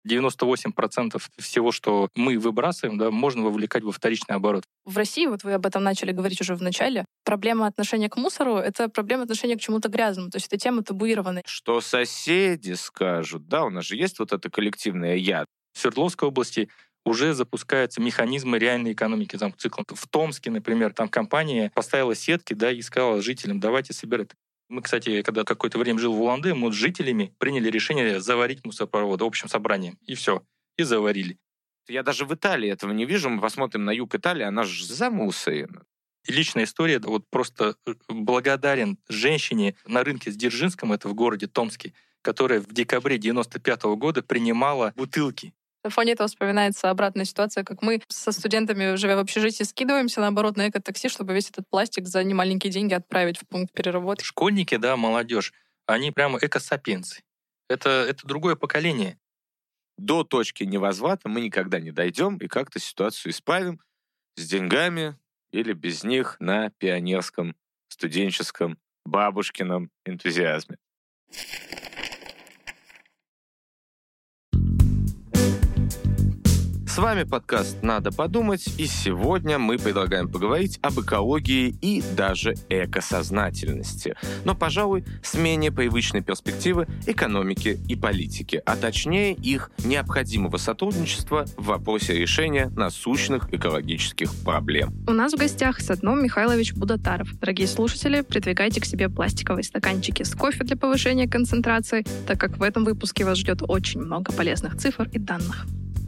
98% всего, что мы выбрасываем, да, можно вовлекать во вторичный оборот. В России, вот вы об этом начали говорить уже в начале, проблема отношения к мусору — это проблема отношения к чему-то грязному. То есть это тема табуированная. Что соседи скажут, да, у нас же есть вот это коллективное «я». В Свердловской области уже запускаются механизмы реальной экономики цикла. В Томске, например, там компания поставила сетки, да, и сказала жителям: давайте собирать. Мы, кстати, когда какое-то время жил в Улан-Удэ, мы с жителями приняли решение заварить мусоропроводы общим собранием. И все. И заварили. Я даже в Италии этого не вижу. Мы посмотрим на юг Италии, она же замусорена. И личная история, вот просто благодарен женщине на рынке с Дзержинском, это в городе Томске, которая в декабре 95 года принимала бутылки. На фоне этого вспоминается обратная ситуация, как мы со студентами, живя в общежитии, скидываемся, наоборот, на эко-такси, чтобы весь этот пластик за немаленькие деньги отправить в пункт переработки. Школьники, да, молодежь, они прямо эко-сапиенсы. Это другое поколение. До точки невозврата мы никогда не дойдем и как-то ситуацию исправим с деньгами или без них на пионерском, студенческом, бабушкином энтузиазме. С вами подкаст «Надо подумать», и сегодня мы предлагаем поговорить об экологии и даже экосознательности. Но, пожалуй, с менее привычной перспективы экономики и политики, а точнее их необходимого сотрудничества в вопросе решения насущных экологических проблем. У нас в гостях Садном Михайлович Будатаров. Дорогие слушатели, придвигайте к себе пластиковые стаканчики с кофе для повышения концентрации, так как в этом выпуске вас ждет очень много полезных цифр и данных.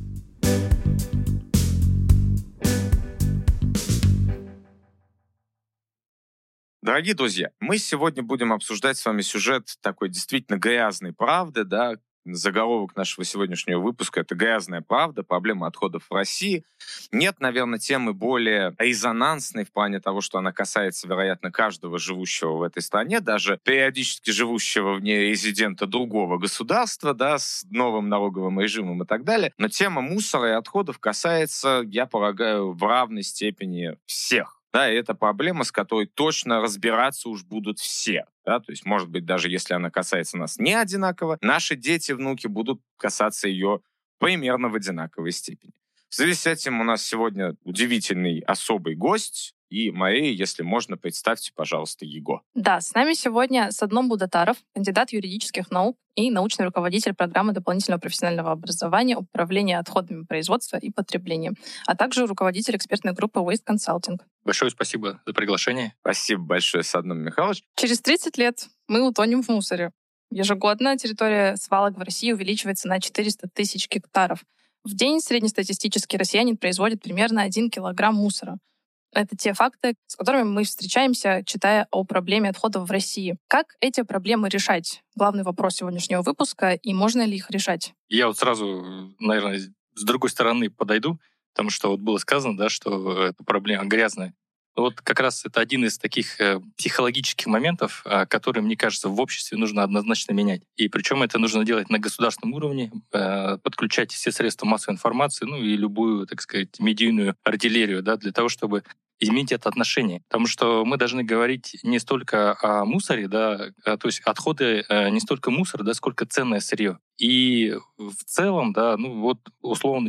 Дорогие друзья, мы сегодня будем обсуждать с вами сюжет такой действительно грязной правды, да. Заголовок нашего сегодняшнего выпуска — это «Грязная правда. Проблема отходов в России». Нет, наверное, темы более резонансной в плане того, что она касается, вероятно, каждого живущего в этой стране, даже периодически живущего в ней резидента другого государства, да, с новым налоговым режимом и так далее. Но тема мусора и отходов касается, я полагаю, в равной степени всех. Да, и это проблема, с которой точно разбираться уж будут все. Да? То есть, может быть, даже если она касается нас не одинаково, наши дети, внуки будут касаться ее примерно в одинаковой степени. В связи с этим у нас сегодня удивительный особый гость. И, Мария, если можно, представьте, пожалуйста, его. Да, с нами сегодня Садном Будатаров, кандидат юридических наук и научный руководитель программы дополнительного профессионального образования управления отходами производства и потребления, а также руководитель экспертной группы Waste Consulting. Большое спасибо за приглашение. Спасибо большое, Садном Михайлович. Через 30 лет мы утонем в мусоре. Ежегодно территория свалок в России увеличивается на 400 тысяч гектаров. В день среднестатистический россиянин производит примерно 1 килограмм мусора. Это те факты, с которыми мы встречаемся, читая о проблеме отходов в России. Как эти проблемы решать? Главный вопрос сегодняшнего выпуска, и можно ли их решать? Я вот сразу, наверное, с другой стороны подойду, потому что вот было сказано, да, что эта проблема грязная. Вот как раз это один из таких психологических моментов, которые, мне кажется, в обществе нужно однозначно менять. И причем это нужно делать на государственном уровне, подключать все средства массовой информации, ну и любую, так сказать, медийную артиллерию, да, для того, чтобы изменить это отношение. Потому что мы должны говорить не столько о мусоре, да, то есть отходы не столько мусор, да, сколько ценное сырье. И в целом, да, ну вот условно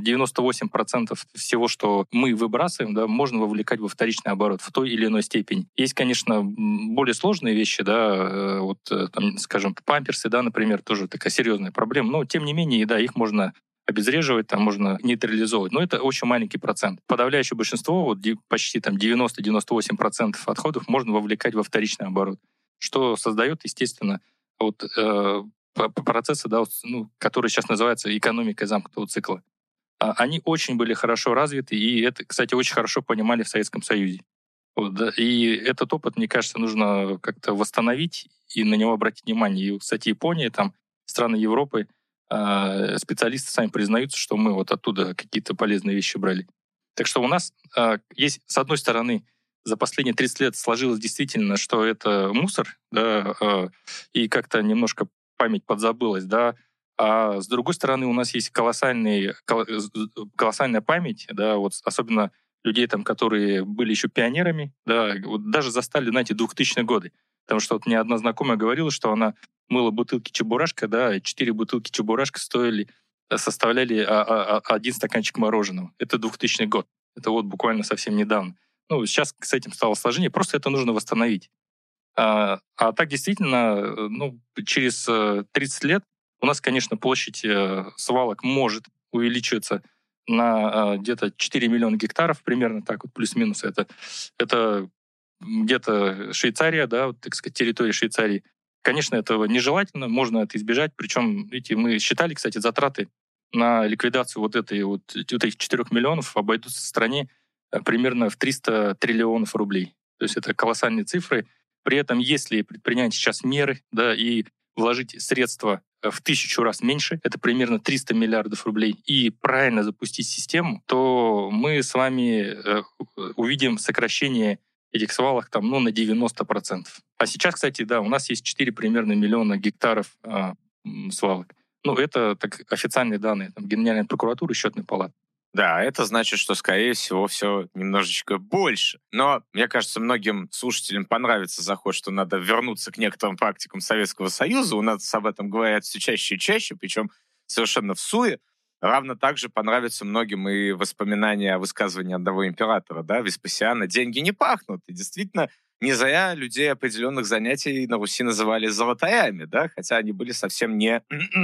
98% всего, что мы выбрасываем, да, можно вовлекать во вторичный оборот в той или иной степени. Есть, конечно, более сложные вещи, да, вот, там, скажем, памперсы, да, например, тоже такая серьезная проблема, но тем не менее, да, их можно обезвреживать, там можно нейтрализовывать. Но это очень маленький процент. Подавляющее большинство, вот почти там 90-98% отходов можно вовлекать во вторичный оборот, что создает, естественно, вот, процессы, да, ну, которые сейчас называются экономикой замкнутого цикла. Они очень были хорошо развиты, и это, кстати, очень хорошо понимали в Советском Союзе. Вот, да, и этот опыт, мне кажется, нужно как-то восстановить и на него обратить внимание. И, кстати, Япония, там, страны Европы, специалисты сами признаются, что мы вот оттуда какие-то полезные вещи брали. Так что у нас есть, с одной стороны, за последние 30 лет сложилось действительно, что это мусор, да, и как-то немножко память подзабылась, да, а с другой стороны у нас есть колоссальная память, да, вот особенно людей, там, которые были еще пионерами, да, вот даже застали, знаете, 2000-е годы. Потому что вот мне одна знакомая говорила, что она мыла бутылки Чебурашка, да, 4 бутылки Чебурашка стоили составляли один стаканчик мороженого. Это 2000 год. Это вот буквально совсем недавно. Ну, сейчас с этим стало сложнее, просто это нужно восстановить. А так действительно, ну, через 30 лет у нас, конечно, площадь свалок может увеличиваться на где-то 4 миллиона гектаров, примерно так вот, плюс-минус. Это где-то Швейцария, да, вот, так сказать, территория Швейцарии. Конечно, этого нежелательно, можно это избежать. Причем, видите, мы считали, кстати, затраты на ликвидацию вот этих 4 миллионов обойдутся в стране примерно в 300 триллионов рублей. То есть это колоссальные цифры. При этом, если предпринять сейчас меры, да, и вложить средства в 1000 раз меньше, это примерно 300 миллиардов рублей, и правильно запустить систему, то мы с вами увидим сокращение этих свалок там, ну, на 90%. А сейчас, кстати, да, у нас есть 4 примерно миллиона гектаров свалок. Ну, это так, официальные данные там, Генеральной прокуратуры, Счетной палаты. Да, это значит, что, скорее всего, все немножечко больше. Но, мне кажется, многим слушателям понравится заход, что надо вернуться к некоторым практикам Советского Союза. У нас об этом говорят все чаще и чаще, причем совершенно всуе. Равно также понравится многим и воспоминания о высказывании одного императора, да, Веспасиана: «Деньги не пахнут». И действительно, не зря людей определенных занятий на Руси называли золотарями, да, хотя они были совсем не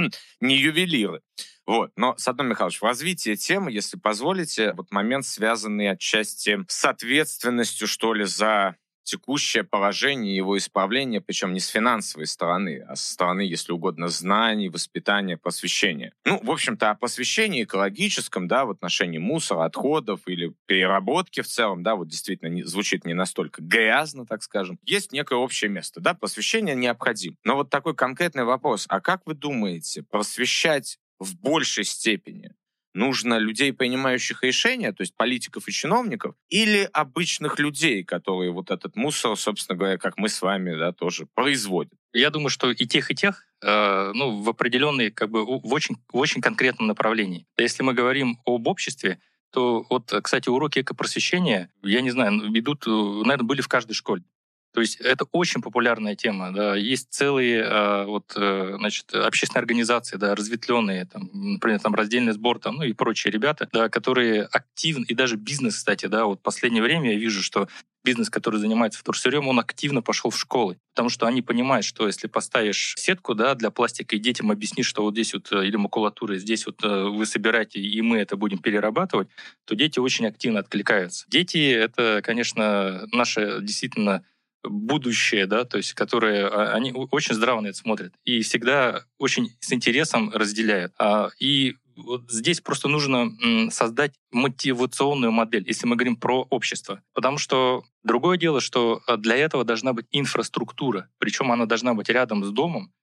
ювелиры. Вот. Но, Садом Михайлович, в развитии темы, если позволите, вот момент, связанный отчасти с ответственностью, что ли, за текущее положение и его исправление, причем не с финансовой стороны, а со стороны, если угодно, знаний, воспитания, просвещения. Ну, в общем-то, о просвещении экологическом, да, в отношении мусора, отходов или переработки в целом, да, вот действительно звучит не настолько грязно, так скажем, есть некое общее место, да, просвещение необходимо. Но вот такой конкретный вопрос: а как вы думаете, просвещать в большей степени нужно людей, принимающих решения, то есть политиков и чиновников, или обычных людей, которые вот этот мусор, собственно говоря, как мы с вами, да, тоже производят? Я думаю, что и тех, ну, в определенные, как бы, в очень конкретном направлении. Если мы говорим об обществе, то вот, кстати, уроки экопросвещения, я не знаю, идут, наверное, были в каждой школе. То есть это очень популярная тема. Да. Есть целые значит, общественные организации, да, разветвленные, там, например, там, раздельный сбор, там, ну и прочие ребята, да, которые активно, и даже бизнес, кстати, да, вот в последнее время я вижу, что бизнес, который занимается вторсырьем, он активно пошел в школы, потому что они понимают, что если поставишь сетку, да, для пластика и детям объяснишь, что вот здесь вот, или макулатура, здесь вот вы собираете, и мы это будем перерабатывать, то дети очень активно откликаются. Дети — это, конечно, наше действительно будущее, да, то есть которые, они очень здраво на это смотрят и всегда очень с интересом разделяют. И вот здесь просто нужно создать мотивационную модель, если мы говорим про общество. Потому что другое дело, что для этого должна быть инфраструктура, причем она должна быть рядом с домом,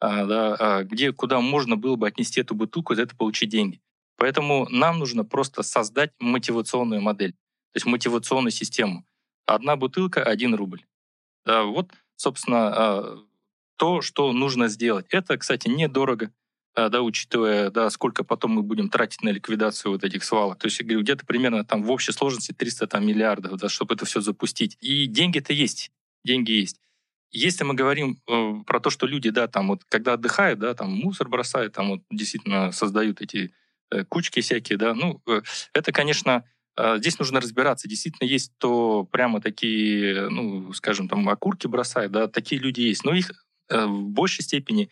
да, куда можно было бы отнести эту бутылку и за это получить деньги. Поэтому нам нужно просто создать мотивационную модель, то есть мотивационную систему. 1 бутылка — 1 рубль. Да, вот, собственно, то, что нужно сделать. Это, кстати, недорого, да, учитывая, да, сколько потом мы будем тратить на ликвидацию вот этих свалок. То есть, я говорю, где-то примерно там в общей сложности 300 там, миллиардов, да, чтобы это все запустить. И деньги-то есть. Деньги есть. Если мы говорим про то, что люди, да, там вот, когда отдыхают, да, там мусор бросают, там вот действительно создают эти кучки всякие, да, ну, это, конечно, здесь нужно разбираться. Действительно, есть то прямо такие, ну, скажем, там, окурки бросают, да, такие люди есть. Но их в большей степени,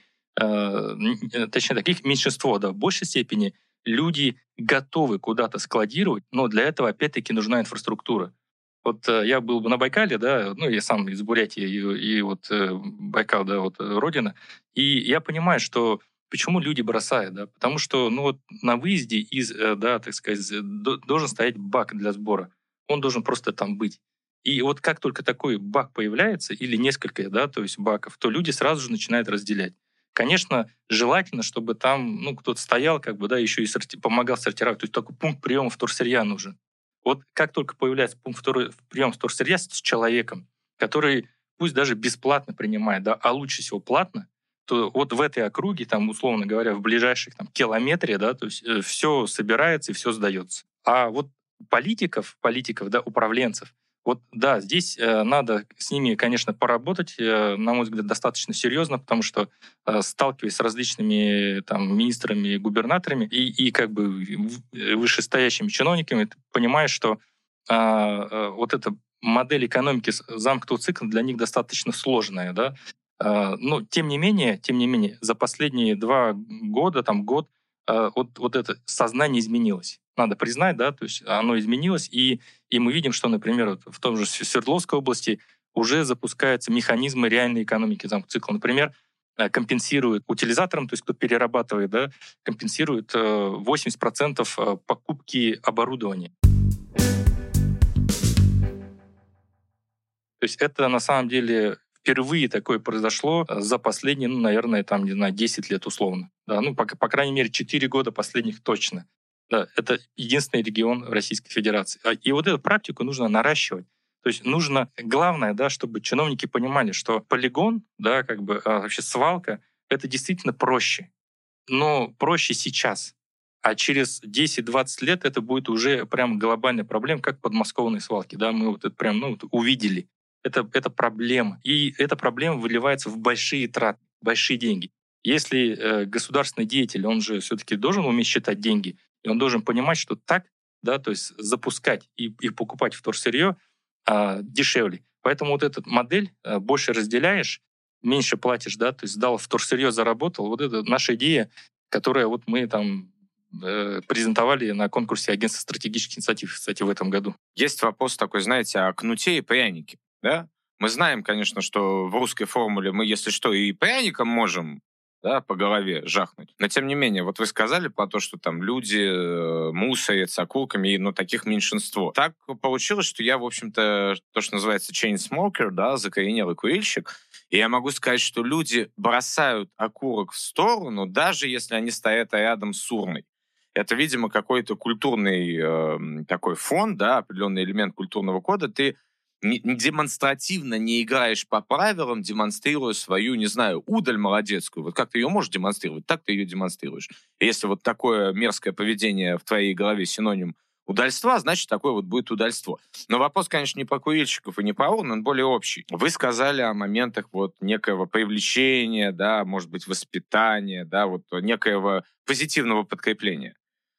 точнее, таких меньшинство, да, в большей степени люди готовы куда-то складировать, но для этого, опять-таки, нужна инфраструктура. Вот я был бы на Байкале, да, ну, я сам из Бурятии, и вот Байкал, да, вот родина, и я понимаю, что почему люди бросают, да, потому что, ну, вот на выезде из, да, так сказать, должен стоять бак для сбора, он должен просто там быть. И вот как только такой бак появляется, или несколько, да, то есть баков, то люди сразу же начинают разделять. Конечно, желательно, чтобы там, ну, кто-то стоял, как бы, да, еще и помогал сортировать, то есть такой пункт приема вторсырья нужен. Вот как только появляется пункт приема вторсырья с человеком, который пусть даже бесплатно принимает, да, а лучше всего платно, то вот в этой округе, там, условно говоря, в ближайших там, километре, да, то есть все собирается и все сдается. А вот политиков, да, управленцев, Вот да, здесь надо с ними, конечно, поработать, на мой взгляд, достаточно серьезно, потому что сталкиваясь с различными там министрами, губернаторами и как бы вышестоящими чиновниками, ты понимаешь, что вот эта модель экономики замкнутого цикла для них достаточно сложная, да. Но тем не менее, за последние 2 года, там год, вот это сознание изменилось. Надо признать, да, то есть оно изменилось, и мы видим, что, например, вот в том же Свердловской области уже запускаются механизмы реальной экономики замкнутого цикла. Например, компенсируют утилизаторам, то есть кто перерабатывает, да, компенсирует 80% покупки оборудования. То есть это на самом деле впервые такое произошло за последние, наверное, там, не знаю, 10 лет условно. Да, по крайней мере, 4 года последних точно. Да, это единственный регион Российской Федерации. И вот эту практику нужно наращивать. То есть нужно, главное, да, чтобы чиновники понимали, что полигон, да, как бы вообще свалка, это действительно проще. Но проще сейчас. А через 10-20 лет это будет уже прям глобальная проблема, как подмосковные свалки. Да, мы вот это прям вот увидели. Это проблема. И эта проблема выливается в большие траты, большие деньги. Если государственный деятель, он же все-таки должен уметь считать деньги, и он должен понимать, что так, да, то есть запускать и покупать вторсырье дешевле. Поэтому вот эту модель больше разделяешь, меньше платишь, да, то есть сдал вторсырье, заработал. Вот это наша идея, которую вот мы там презентовали на конкурсе Агентства стратегических инициатив, кстати, в этом году. Есть вопрос такой, знаете, о кнуте и прянике. Да? Мы знаем, конечно, что в русской формуле мы, если что, и пряником можем, да, по голове жахнуть. Но, тем не менее, вот вы сказали про то, что там люди мусорят с окурками, но таких меньшинство. Так получилось, что я, в общем-то, то, что называется chain smoker, да, закоренелый курильщик, и я могу сказать, что люди бросают окурок в сторону, даже если они стоят рядом с урной. Это, видимо, какой-то культурный такой фон, да, определенный элемент культурного кода. Ты демонстративно не играешь по правилам, демонстрируя свою, не знаю, удаль молодецкую. Вот как ты ее можешь демонстрировать, так ты ее демонстрируешь. И если вот такое мерзкое поведение в твоей голове синоним удальства, значит, такое вот будет удальство. Но вопрос, конечно, не про курильщиков и не про урн, он более общий. Вы сказали о моментах вот некоего привлечения, да, может быть, воспитания, да, вот некоего позитивного подкрепления.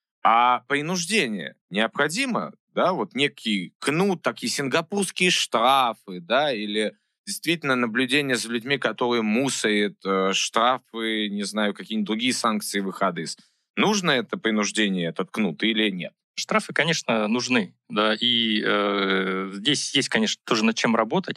А принуждение необходимо, да, вот некий кнут, такие сингапурские штрафы, да, или действительно наблюдение за людьми, которые мусорят, штрафы, не знаю, какие-нибудь другие санкции в их адрес. Нужно это принуждение, этот кнут или нет? Штрафы, конечно, нужны, да, и здесь есть, конечно, тоже над чем работать.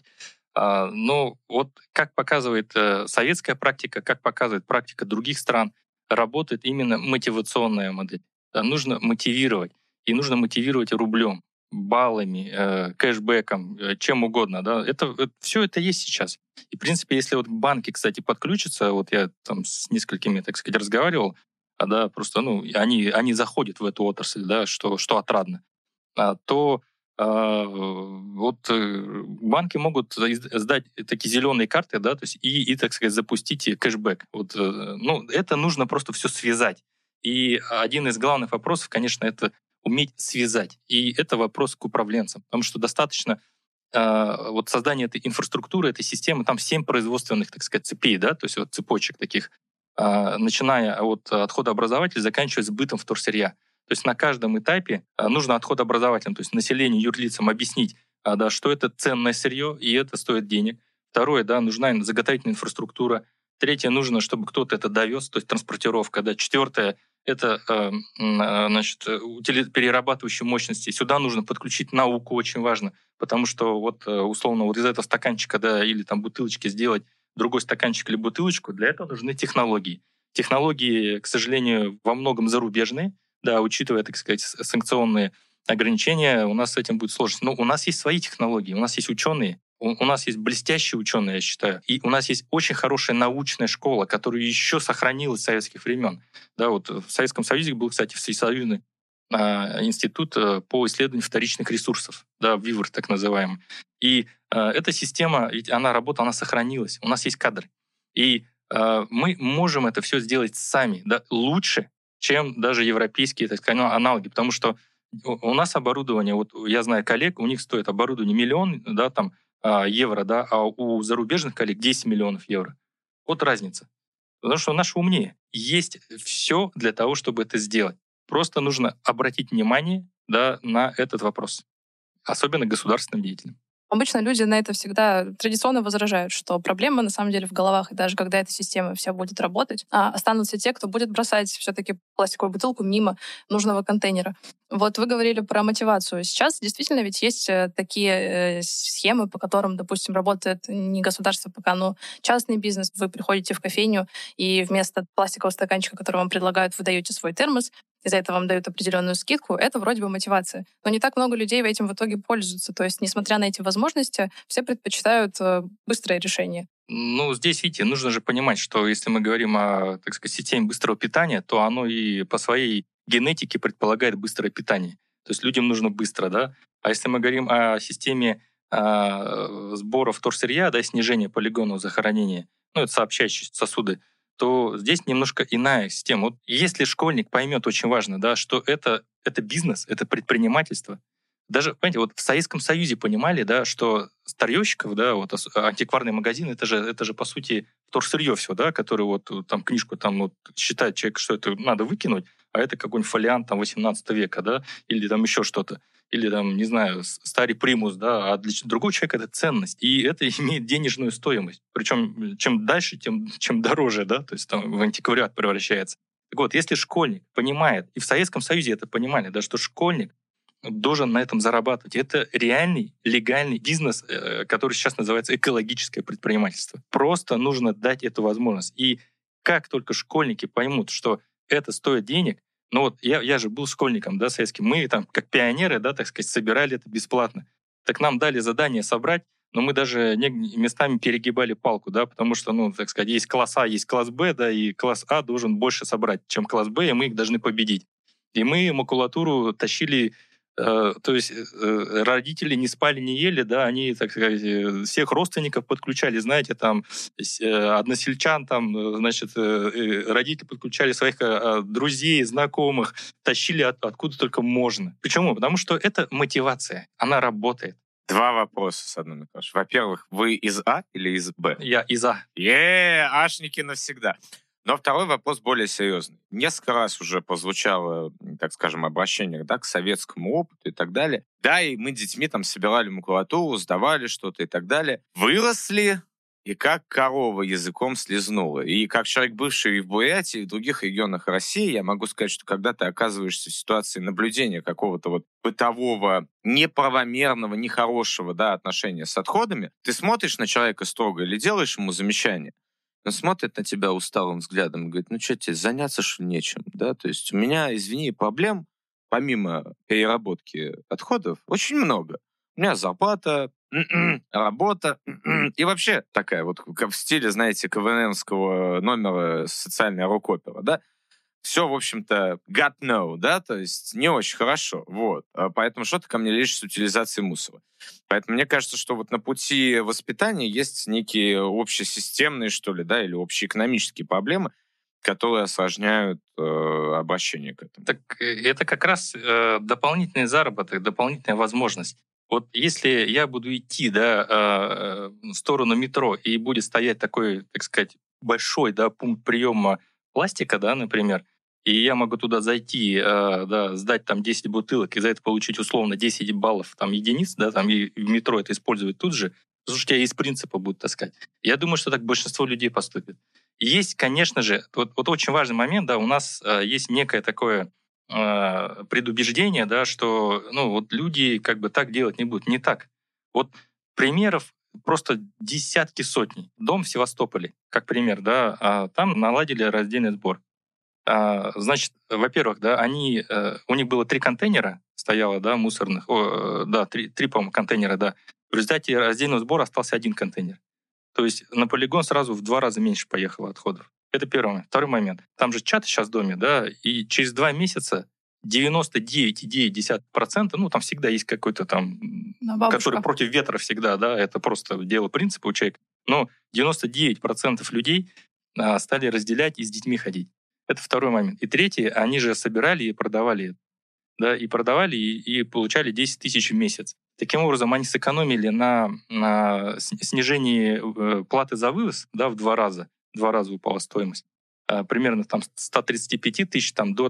Но вот как показывает советская практика, как показывает практика других стран, работает именно мотивационная модель. Да, нужно мотивировать. И нужно мотивировать рублем, баллами, кэшбэком, чем угодно. Да. Все это есть сейчас. И, в принципе, если вот банки, кстати, подключатся, вот я там с несколькими, так сказать, разговаривал, да, просто, они заходят в эту отрасль, да, что отрадно, то банки могут сдать такие зеленые карты, да, то есть и так сказать, запустить кэшбэк. Это нужно просто все связать. И один из главных вопросов, конечно, это уметь связать. И это вопрос к управленцам, потому что достаточно вот создания этой инфраструктуры, этой системы, там 7 производственных, так сказать, цепей, да, то есть вот цепочек таких, начиная от отходообразователей, заканчивая сбытом вторсырья. То есть на каждом этапе нужно отходообразователям, то есть населению, юрлицам объяснить, да, что это ценное сырье, и это стоит денег. Второе, да, нужна заготовительная инфраструктура. Третье, нужно, чтобы кто-то это довез, то есть транспортировка. Да. Четвертое, это перерабатывающие мощности. Сюда нужно подключить науку, очень важно, потому что условно из этого стаканчика, да, или там бутылочки сделать другой стаканчик или бутылочку, для этого нужны технологии. Технологии, к сожалению, во многом зарубежные, да, учитывая, так сказать, санкционные ограничения, у нас с этим будет сложность. Но у нас есть свои технологии, у нас есть ученые, у нас есть блестящие ученые, я считаю, и у нас есть очень хорошая научная школа, которая еще сохранилась с советских времен. Да, вот в Советском Союзе был, кстати, всесоюзный институт по исследованию вторичных ресурсов, да, ВИВР так называемый. И эта система, ведь она работала, она сохранилась, у нас есть кадры. И мы можем это все сделать сами, да, лучше, чем даже европейские, так сказать, аналоги, потому что У нас оборудование, вот я знаю коллег, у них стоит оборудование 1 миллион, да, там, евро, да, а у зарубежных коллег 10 миллионов евро. Вот разница. Потому что наши умнее. Есть все для того, чтобы это сделать. Просто нужно обратить внимание, да, на этот вопрос. Особенно государственным деятелям. Обычно люди на это всегда традиционно возражают, что проблема на самом деле в головах, и даже когда эта система вся будет работать, останутся те, кто будет бросать все-таки пластиковую бутылку мимо нужного контейнера. Вот вы говорили про мотивацию. Сейчас действительно ведь есть такие схемы, по которым, допустим, работает не государство пока, но частный бизнес. Вы приходите в кофейню, и вместо пластикового стаканчика, который вам предлагают, вы даете свой термос, и за это вам дают определенную скидку, это вроде бы мотивация. Но не так много людей этим в итоге пользуются. То есть, несмотря на эти возможности, все предпочитают быстрое решение. Ну, здесь, видите, нужно же понимать, что если мы говорим о, так сказать, системе быстрого питания, то оно и по своей генетике предполагает быстрое питание. То есть людям нужно быстро, да? А если мы говорим о системе сбора вторсырья, да, снижения полигонов захоронения, ну, это сообщающие сосуды, то здесь немножко иная система. Вот если школьник поймет, очень важно, да, что это бизнес, это предпринимательство. Даже, понимаете, вот в Советском Союзе понимали, да, что старьевщиков, да, вот антикварный магазин, это же по сути вторсырье все, да, который вот там книжку там вот считает человек, что это надо выкинуть, а это какой-нибудь фолиант там 18 века, да, или там еще что-то. Или там, не знаю, старый примус, да, а для другого человека это ценность. И это имеет денежную стоимость. Причем чем дальше, чем дороже, да, то есть там в антиквариат превращается. Так вот, если школьник понимает, и в Советском Союзе это понимали, да, что школьник должен на этом зарабатывать. Это реальный, легальный бизнес, который сейчас называется экологическое предпринимательство. Просто нужно дать эту возможность. И как только школьники поймут, что это стоит денег, ну вот я же был школьником, да, советским, мы там как пионеры, да, так сказать, собирали это бесплатно. Так нам дали задание собрать, но мы даже местами перегибали палку, да, потому что, ну, так сказать, есть класс А, есть класс Б, да, и класс А должен больше собрать, чем класс Б, и мы их должны победить. И мы макулатуру тащили. То есть родители не спали, не ели, да, они, так сказать, всех родственников подключали, знаете, там, односельчан, там, значит, родители подключали своих друзей, знакомых, тащили откуда только можно. Почему? Потому что это мотивация, она работает. 2 вопроса, Садан Михайлович. Во-первых, вы из А или из Б? Я из А. Ашники навсегда. Но второй вопрос более серьезный. Несколько раз уже прозвучало, так скажем, обращение, да, к советскому опыту и так далее. Да, и мы детьми там собирали макулатуру, сдавали что-то и так далее. Выросли, и как корова языком слезнула. И как человек, бывший и в Бурятии, и в других регионах России, я могу сказать, что когда ты оказываешься в ситуации наблюдения какого-то вот бытового, неправомерного, нехорошего, да, отношения с отходами, ты смотришь на человека строго или делаешь ему замечание, он смотрит на тебя усталым взглядом и говорит, ну что тебе, заняться что ли нечем, да, то есть у меня, извини, проблем, помимо переработки отходов, очень много. У меня зарплата, работа, и вообще такая вот в стиле, знаете, КВНского номера социальная рок-опера, да, все, в общем-то, God no, да, то есть не очень хорошо, вот. Поэтому что ты ко мне лезешь с утилизацией мусора? Поэтому мне кажется, что вот на пути воспитания есть некие общесистемные, что ли, да, или общеэкономические проблемы, которые осложняют обращение к этому. Так это как раз дополнительный заработок, дополнительная возможность. Вот если я буду идти, да, в сторону метро, и будет стоять такой, так сказать, большой, да, пункт приема пластика, да, например, и я могу туда зайти, да, сдать там 10 бутылок и за это получить условно 10 баллов там единиц, да, там и в метро это использовать тут же, потому что я из принципа буду таскать. Я думаю, что так большинство людей поступит. Есть, конечно же, вот очень важный момент, да, у нас есть некое такое предубеждение, да, что, ну, вот люди как бы так делать не будут. Не так. Вот примеров просто десятки, сотни. Дом в Севастополе, как пример, да, там наладили раздельный сбор. Значит, во-первых, да, у них было 3 контейнера стояло, да, мусорных, да, 3, по-моему, контейнера, да. В результате раздельного сбора остался 1 контейнер. То есть на полигон сразу в 2 раза меньше поехало отходов. Это первый момент. Второй момент. Там же чат сейчас в доме, да, и через 2 месяца 99,9%, ну, там всегда есть какой-то там, который против ветра всегда, да, это просто дело принципа у человека. Но 99% людей стали разделять и с детьми ходить. Это второй момент. И третий, они же собирали и продавали. да, и продавали, и получали 10 тысяч в месяц. Таким образом, они сэкономили на снижении платы за вывоз, да, в 2 раза. В 2 раза упала стоимость. Примерно там с 135 тысяч до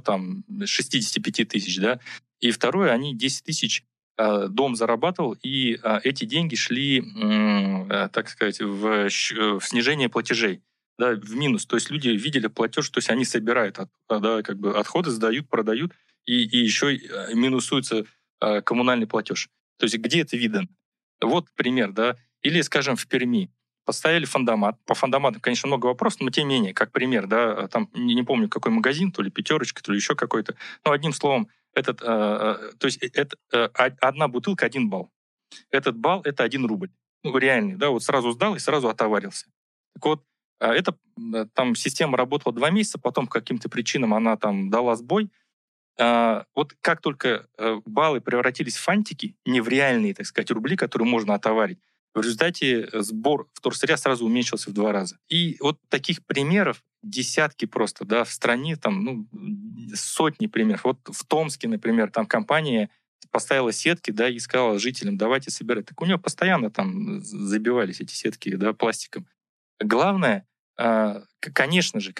65 тысяч, да. И второе, они 10 тысяч дом зарабатывал, и эти деньги шли, так сказать, в снижение платежей, да, в минус. То есть люди видели платеж, то есть они собирают, да, как бы отходы, сдают, продают, и еще минусуется коммунальный платеж. То есть где это видно? Вот пример, да. Или, скажем, в Перми поставили фондомат. По фондомату, конечно, много вопросов, но тем не менее, как пример, да, там не помню, какой магазин, то ли «Пятерочка», то ли еще какой-то. Но одним словом, то есть это одна бутылка, 1 балл. Этот балл — это 1 рубль. Ну, реальный, да, вот сразу сдал и сразу отоварился. Так вот, там система работала 2 месяца, потом по каким-то причинам она там дала сбой. Вот как только баллы превратились в фантики, не в реальные, так сказать, рубли, которые можно отоварить, в результате сбор вторсырья сразу уменьшился в 2 раза. И вот таких примеров десятки просто, да, в стране там, сотни примеров. Вот в Томске, например, там компания поставила сетки, да, и сказала жителям: давайте собирать. Так у нее постоянно там забивались эти сетки, да, пластиком. Главное, конечно же,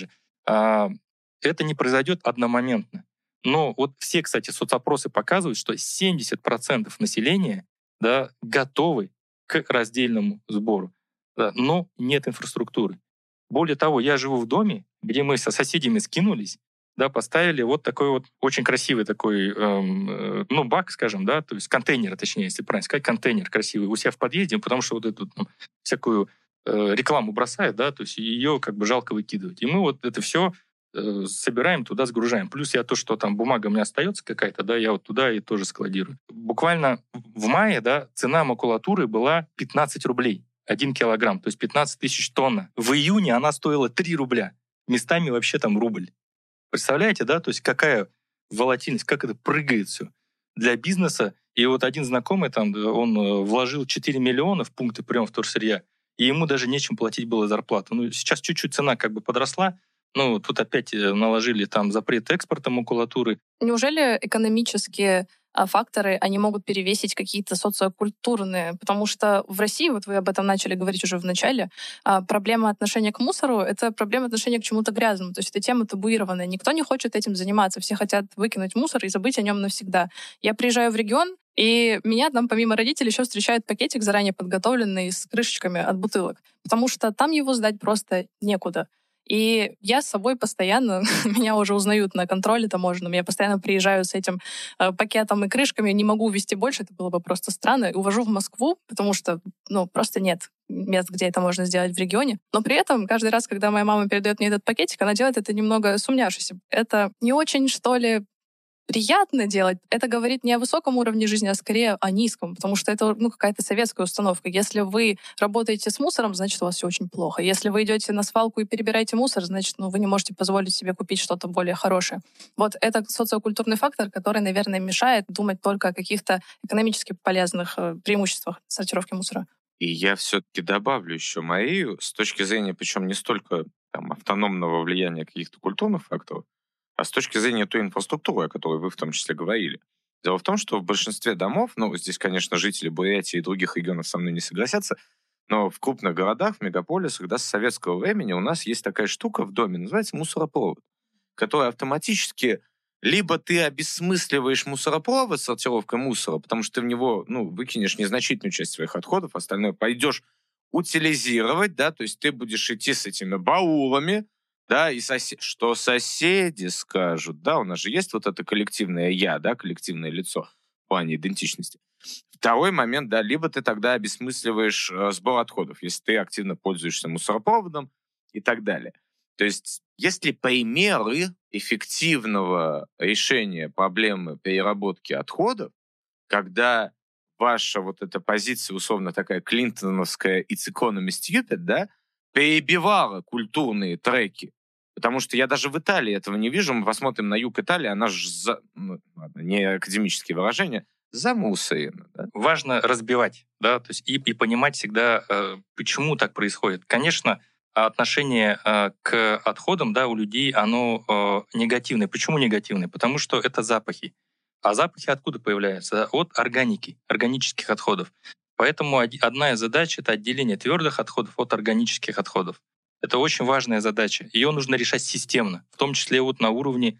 это не произойдет одномоментно. Но вот все, кстати, соцопросы показывают, что 70% населения, да, готовы к раздельному сбору, да, но нет инфраструктуры. Более того, я живу в доме, где мы со соседями скинулись, да, поставили вот такой вот очень красивый такой, бак, скажем, да, то есть контейнер, точнее, если правильно сказать, контейнер красивый у себя в подъезде, потому что вот эту всякую рекламу бросают, да, то есть ее как бы жалко выкидывать. И мы вот это все собираем, туда сгружаем. Плюс то, что там бумага у меня остается какая-то, да, я вот туда и тоже складирую. Буквально в мае, да, цена макулатуры была 15 рублей. 1 килограмм, то есть 15 тысяч тонн. В июне она стоила 3 рубля. Местами вообще там рубль. Представляете, да, то есть какая волатильность, как это прыгает все. Для бизнеса, и вот один знакомый там, он вложил 4 миллиона в пункты приема вторсырья, и ему даже нечем платить было зарплату. Ну, сейчас чуть-чуть цена как бы подросла, тут опять наложили там запрет экспорта макулатуры. Неужели экономические факторы, они могут перевесить какие-то социокультурные? Потому что в России, вот вы об этом начали говорить уже в начале, проблема отношения к мусору — это проблема отношения к чему-то грязному. То есть это тема табуированная. Никто не хочет этим заниматься. Все хотят выкинуть мусор и забыть о нем навсегда. Я приезжаю в регион, и меня там, помимо родителей, еще встречает пакетик заранее подготовленный с крышечками от бутылок. Потому что там его сдать просто некуда. И я с собой постоянно, меня уже узнают на контроле таможенном, я постоянно приезжаю с этим пакетом и крышками, не могу увезти больше, это было бы просто странно. Увожу в Москву, потому что, просто нет мест, где это можно сделать в регионе. Но при этом каждый раз, когда моя мама передает мне этот пакетик, она делает это немного сумняшись. Это не очень, что ли, приятно делать. Это говорит не о высоком уровне жизни, а скорее о низком, потому что это какая-то советская установка. Если вы работаете с мусором, значит, у вас все очень плохо. Если вы идете на свалку и перебираете мусор, значит, вы не можете позволить себе купить что-то более хорошее. Вот это социокультурный фактор, который, наверное, мешает думать только о каких-то экономически полезных преимуществах сортировки мусора. И я все-таки добавлю еще Марию с точки зрения, причем не столько автономного влияния каких-то культурных факторов, а с точки зрения той инфраструктуры, о которой вы в том числе говорили. Дело в том, что в большинстве домов, здесь, конечно, жители Бурятии и других регионов со мной не согласятся, но в крупных городах, в мегаполисах, с советского времени у нас есть такая штука в доме, называется мусоропровод, который автоматически либо ты обесмысливаешь мусоропровод с сортировкой мусора, потому что ты в него, выкинешь незначительную часть своих отходов, остальное пойдешь утилизировать, да, то есть ты будешь идти с этими баулами, да, и что соседи скажут, да, у нас же есть вот это коллективное «я», да, коллективное лицо в плане идентичности. Второй момент, да, либо ты тогда обесмысливаешь сбор отходов, если ты активно пользуешься мусоропроводом и так далее. То есть, есть ли примеры эффективного решения проблемы переработки отходов, когда ваша вот эта позиция, условно такая клинтоновская «It's economy stupid», да, перебивала культурные треки? Потому что я даже в Италии этого не вижу. Мы посмотрим на юг Италии, она же, не академические выражения, замусорена. Да? Важно разбивать, да, то есть и понимать всегда, почему так происходит. Конечно, отношение к отходам, да, у людей, оно негативное. Почему негативное? Потому что это запахи. А запахи откуда появляются? От органики, органических отходов. Поэтому одна из задач — это отделение твердых отходов от органических отходов. Это очень важная задача. Ее нужно решать системно, в том числе вот на уровне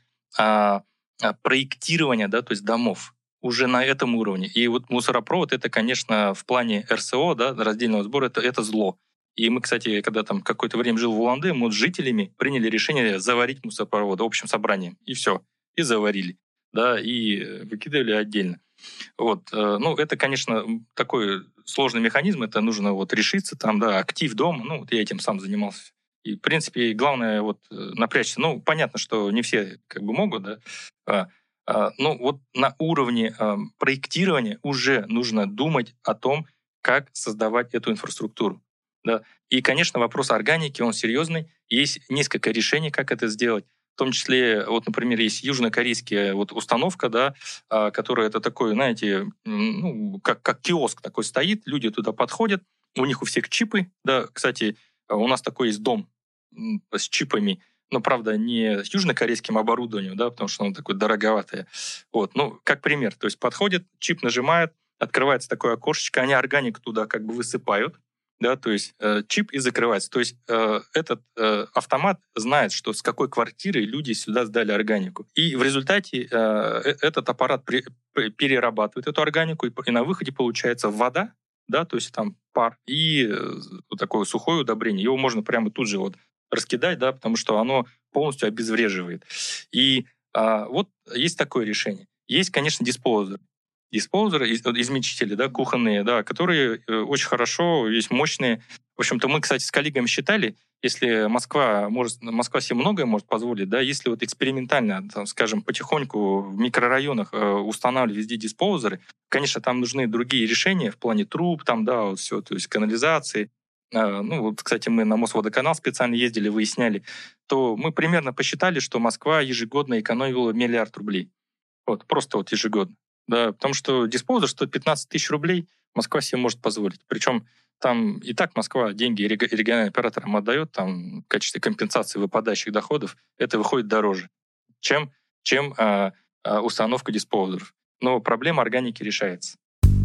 проектирования, да, то есть домов. Уже на этом уровне. И вот мусоропровод — это, конечно, в плане РСО, да, раздельного сбора, это зло. И мы, кстати, когда там какое-то время жил в Улан-Удэ, мы с жителями приняли решение заварить мусоропровод общим собранием. И все. И заварили. Да, и выкидывали отдельно. Вот. Ну, это, конечно, такой сложный механизм. Это нужно вот решиться там, да, актив дома. Ну, вот я этим сам занимался. И, в принципе, главное вот напрячься. Ну, понятно, что не все как бы могут, да. Ну, вот на уровне проектирования уже нужно думать о том, как создавать эту инфраструктуру. Да. И, конечно, вопрос органики, он серьезный. Есть несколько решений, как это сделать. В том числе, вот, например, есть южнокорейская вот установка, да, которая это такой, знаете, ну, как киоск такой стоит, люди туда подходят, у них у всех чипы, да, кстати, у нас такой есть дом с чипами, но, правда, не с южнокорейским оборудованием, да, потому что оно такое дороговатое. Вот, ну, как пример, то есть подходит, чип нажимает, открывается такое окошечко, они органику туда как бы высыпают, да, то есть чип и закрывается. То есть этот автомат знает, что с какой квартиры люди сюда сдали органику. И в результате этот аппарат перерабатывает эту органику, и на выходе получается вода, да, то есть там пар и вот такое сухое удобрение. Его можно прямо тут же вот раскидать, да, потому что оно полностью обезвреживает. И вот есть такое решение. Есть, конечно, диспозер. Диспоузеры, измельчители, да, кухонные, да, которые очень хорошо, есть мощные. В общем-то, мы, кстати, с коллегами считали, если Москва себе многое может позволить, да, если вот экспериментально, там, скажем, потихоньку в микрорайонах устанавливать везде диспоузеры, конечно, там нужны другие решения в плане труб, там, да, вот все, то есть канализации. Ну, вот, кстати, мы на Мосводоканал специально ездили, выясняли, то мы примерно посчитали, что Москва ежегодно экономила 1 миллиард рублей. Вот, просто вот ежегодно. Да, потому что диспоузер стоит 15 тысяч рублей, Москва себе может позволить. Причем там и так Москва деньги региональным операторам отдает там, в качестве компенсации выпадающих доходов. Это выходит дороже, чем установка диспоузеров. Но проблема органики решается.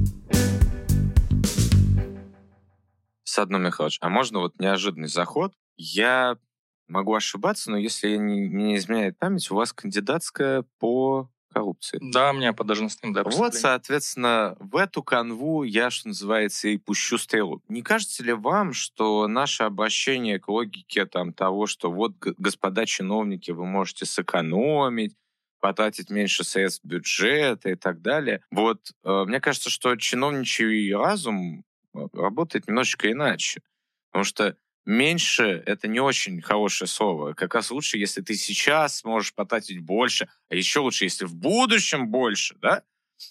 Садно Михайлович, а можно вот неожиданный заход? Я могу ошибаться, но если не изменяет память, у вас кандидатская по коррупции. Да, у меня по должностным, да. Вот, соответственно, в эту канву я, что называется, и пущу стрелу. Не кажется ли вам, что наше обращение к логике там, того, что вот, господа чиновники, вы можете сэкономить, потратить меньше средств бюджета и так далее. Вот, мне кажется, что чиновничий разум работает немножечко иначе. Потому что меньше — это не очень хорошее слово. Как раз лучше, если ты сейчас сможешь потратить больше, а еще лучше, если в будущем больше, да?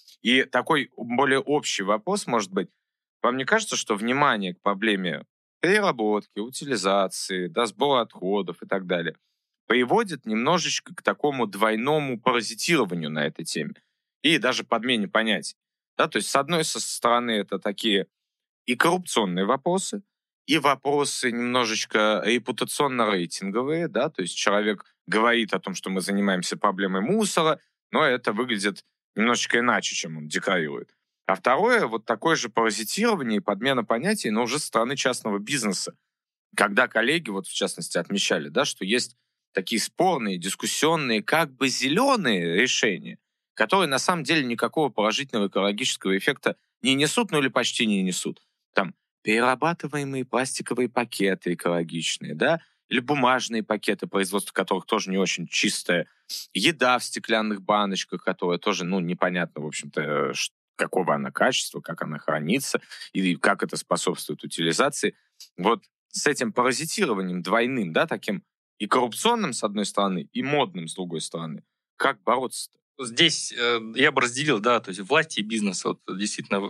И такой более общий вопрос может быть. Вам не кажется, что внимание к проблеме переработки, утилизации, да, сбора отходов и так далее приводит немножечко к такому двойному паразитированию на этой теме и даже подмене понятий? Да? То есть, с одной стороны, это такие и коррупционные вопросы, и вопросы немножечко репутационно-рейтинговые, да, то есть человек говорит о том, что мы занимаемся проблемой мусора, но это выглядит немножечко иначе, чем он декларирует. А второе, вот такое же паразитирование и подмена понятий, но уже со стороны частного бизнеса. Когда коллеги, вот в частности, отмечали, да, что есть такие спорные, дискуссионные, как бы зеленые решения, которые на самом деле никакого положительного экологического эффекта не несут, ну или почти не несут. Там перерабатываемые пластиковые пакеты экологичные, да, или бумажные пакеты, производство которых тоже не очень чистое, еда в стеклянных баночках, которая тоже, ну, непонятно, в общем-то, какого она качества, как она хранится, и как это способствует утилизации. Вот с этим паразитированием двойным, да, таким и коррупционным, с одной стороны, и модным, с другой стороны, как бороться-то? Здесь я бы разделил, да, то есть власти и бизнес. Вот действительно,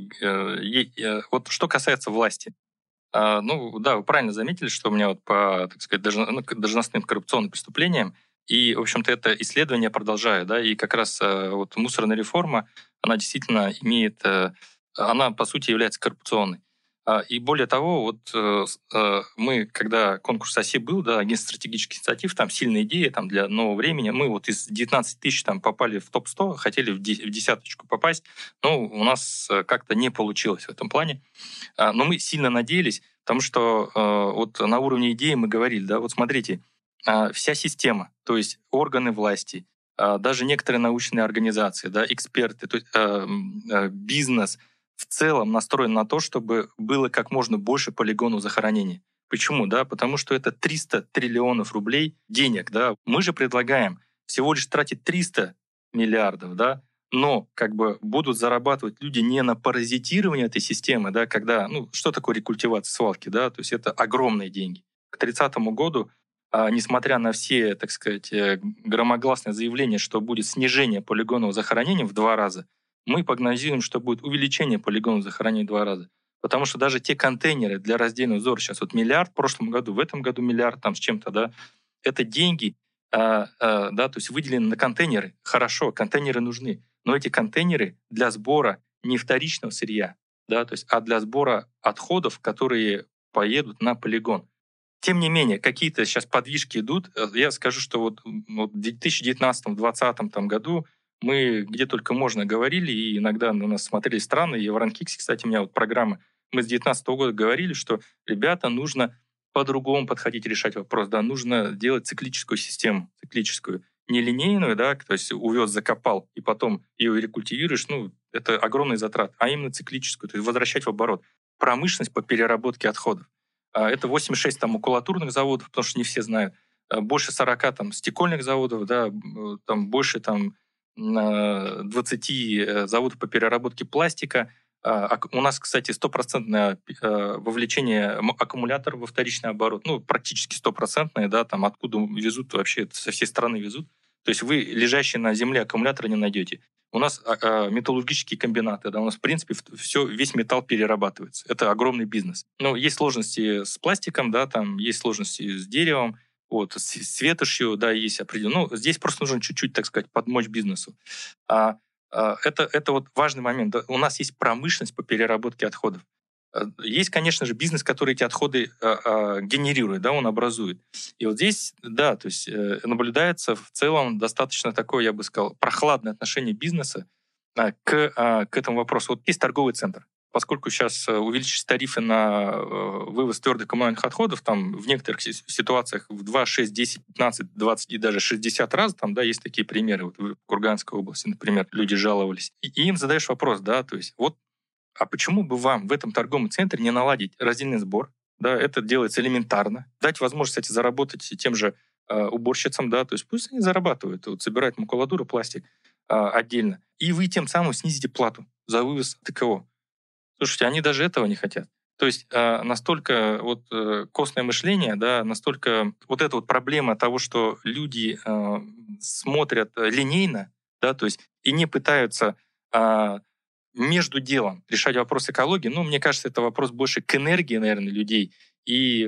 вот что касается власти. Ну, да, вы правильно заметили, что у меня вот по, так сказать, должностным коррупционным преступлениям, и, в общем-то, это исследование продолжаю, да, и как раз вот мусорная реформа, она действительно имеет, она, по сути, является коррупционной. И более того, мы, когда конкурс ОСИ был, да, агентство стратегических инициатив, там сильная идея там, для нового времени, мы вот из 19 тысяч там попали в топ-100, хотели в десяточку попасть, но у нас как-то не получилось в этом плане. Но мы сильно надеялись, потому что вот на уровне идеи мы говорили, да, вот смотрите, вся система, то есть органы власти, даже некоторые научные организации, да, эксперты, то есть бизнес в целом настроен на то, чтобы было как можно больше полигонов захоронений. Почему? Да, потому что это 300 триллионов рублей денег. Да. Мы же предлагаем всего лишь тратить 300 миллиардов, да, но как бы будут зарабатывать люди не на паразитирование этой системы, да, когда, что такое рекультивация свалки, да, то есть это огромные деньги. К 30-му году, несмотря на все, так сказать, громогласные заявления, что будет снижение полигонов захоронений в 2 раза, мы прогнозируем, что будет увеличение полигонов захоронений в 2 раза. Потому что даже те контейнеры для раздельного сбора сейчас вот миллиард, в прошлом году, в этом году миллиард там с чем-то, да, это деньги, да, то есть выделены на контейнеры. Хорошо, контейнеры нужны, но эти контейнеры для сбора не вторичного сырья, да, то есть, а для сбора отходов, которые поедут на полигон. Тем не менее, какие-то сейчас подвижки идут. Я скажу, что вот в 2019-2020 году мы где только можно говорили, и иногда на нас смотрели страны, и в Ранкиксе, кстати, у меня вот программа, мы с 2019 года говорили, что, ребята, нужно по-другому подходить, решать вопрос, да, нужно делать циклическую систему, циклическую, не линейную, да, то есть увез, закопал, и потом ее рекультивируешь, это огромный затрат, а именно циклическую, то есть возвращать в оборот. Промышленность по переработке отходов. Это 86 там макулатурных заводов, потому что не все знают, больше 40 там стекольных заводов, да, там больше там 20 заводов по переработке пластика. У нас, кстати, 100% вовлечение аккумуляторов во вторичный оборот, практически 100%, да, там откуда везут вообще, со всей страны везут. То есть вы лежащие на земле аккумуляторы не найдете. У нас металлургические комбинаты, да, у нас, в принципе, весь металл перерабатывается. Это огромный бизнес. Но есть сложности с пластиком, да, там есть сложности с деревом, вот, с ветошью, да, есть определенно. Здесь просто нужно чуть-чуть, так сказать, помочь бизнесу. Это вот важный момент. Да. У нас есть промышленность по переработке отходов. Есть, конечно же, бизнес, который эти отходы генерирует, да, он образует. И вот здесь, да, то есть наблюдается в целом достаточно такое, я бы сказал, прохладное отношение бизнеса к этому вопросу. Вот есть торговый центр. Поскольку сейчас увеличились тарифы на вывоз твердых коммунальных отходов, там в некоторых ситуациях в 2, 6, 10, 15, 20 и даже 60 раз, там, да, есть такие примеры. Вот в Курганской области, например, люди жаловались. И им задаешь вопрос, да, то есть вот, а почему бы вам в этом торговом центре не наладить раздельный сбор? Да, это делается элементарно. Дать возможность, кстати, заработать тем же уборщицам, да, то есть пусть они зарабатывают, вот, собирают макулатуру, пластик отдельно. И вы тем самым снизите плату за вывоз ТКО. Слушайте, они даже этого не хотят. То есть настолько вот костное мышление, да, настолько вот эта вот проблема того, что люди смотрят линейно, да, то есть и не пытаются между делом решать вопрос экологии, мне кажется, это вопрос больше к энергии, наверное, людей и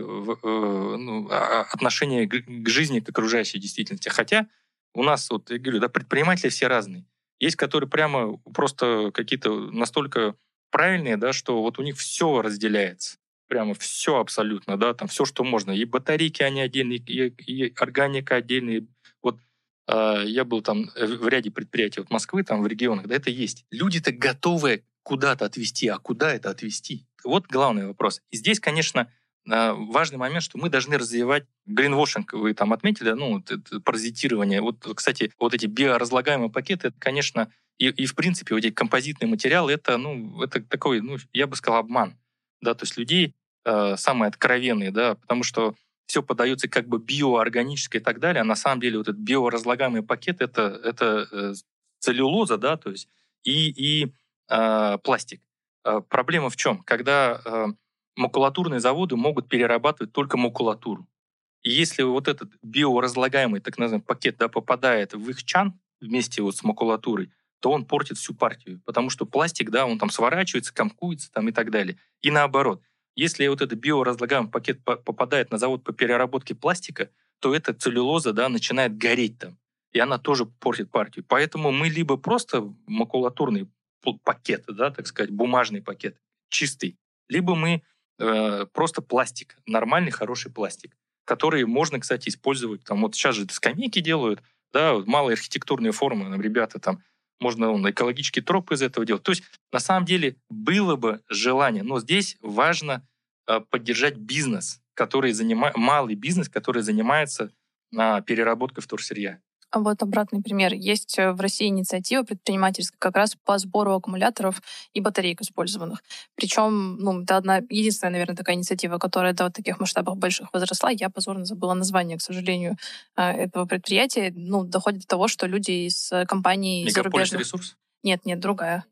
отношение к жизни, к окружающей действительности. Хотя у нас, вот я говорю, да, предприниматели все разные. Есть, которые прямо просто какие-то настолько правильные, да, что вот у них все разделяется. Прямо все абсолютно, да, там все, что можно. И батарейки, они отдельные, и органика отдельные. Вот я был там в ряде предприятий вот Москвы, там в регионах, да, это есть. Люди-то готовы куда-то отвезти, а куда это отвезти? Вот главный вопрос. И здесь, конечно, важный момент, что мы должны развивать гринвошинг, вы там отметили, это паразитирование. Вот, кстати, вот эти биоразлагаемые пакеты, это, конечно, и в принципе, вот эти композитные материалы, это такой, я бы сказал, обман. Да, то есть людей самые откровенные, да, потому что все подается как бы биоорганическое и так далее, а на самом деле вот этот биоразлагаемый пакет это целлюлоза, да, то есть и пластик. Проблема в чем? Когда макулатурные заводы могут перерабатывать только макулатуру. И если вот этот биоразлагаемый, так называемый, пакет, да, попадает в их чан вместе вот с макулатурой, то он портит всю партию, потому что пластик, да, он там сворачивается, комкуется там и так далее. И наоборот, если вот этот биоразлагаемый пакет попадает на завод по переработке пластика, то эта целлюлоза, да, начинает гореть там, и она тоже портит партию. Поэтому мы либо просто макулатурный пакет, да, так сказать, бумажный пакет, чистый, либо мы просто пластик, нормальный, хороший пластик, который можно, кстати, использовать. Там, вот сейчас же скамейки делают, да, вот малые архитектурные формы, ребята, там, можно экологический троп из этого делать. То есть, на самом деле, было бы желание, но здесь важно поддержать бизнес, малый бизнес, который занимается переработкой вторсырья. А вот обратный пример. Есть в России инициатива предпринимательская как раз по сбору аккумуляторов и батареек использованных. Причем, это единственная, наверное, такая инициатива, которая до вот таких масштабов больших возросла. Я позорно забыла название, к сожалению, этого предприятия. Доходит до того, что люди из компаний Мегаполис зарубежных... Ресурс? Нет, другая.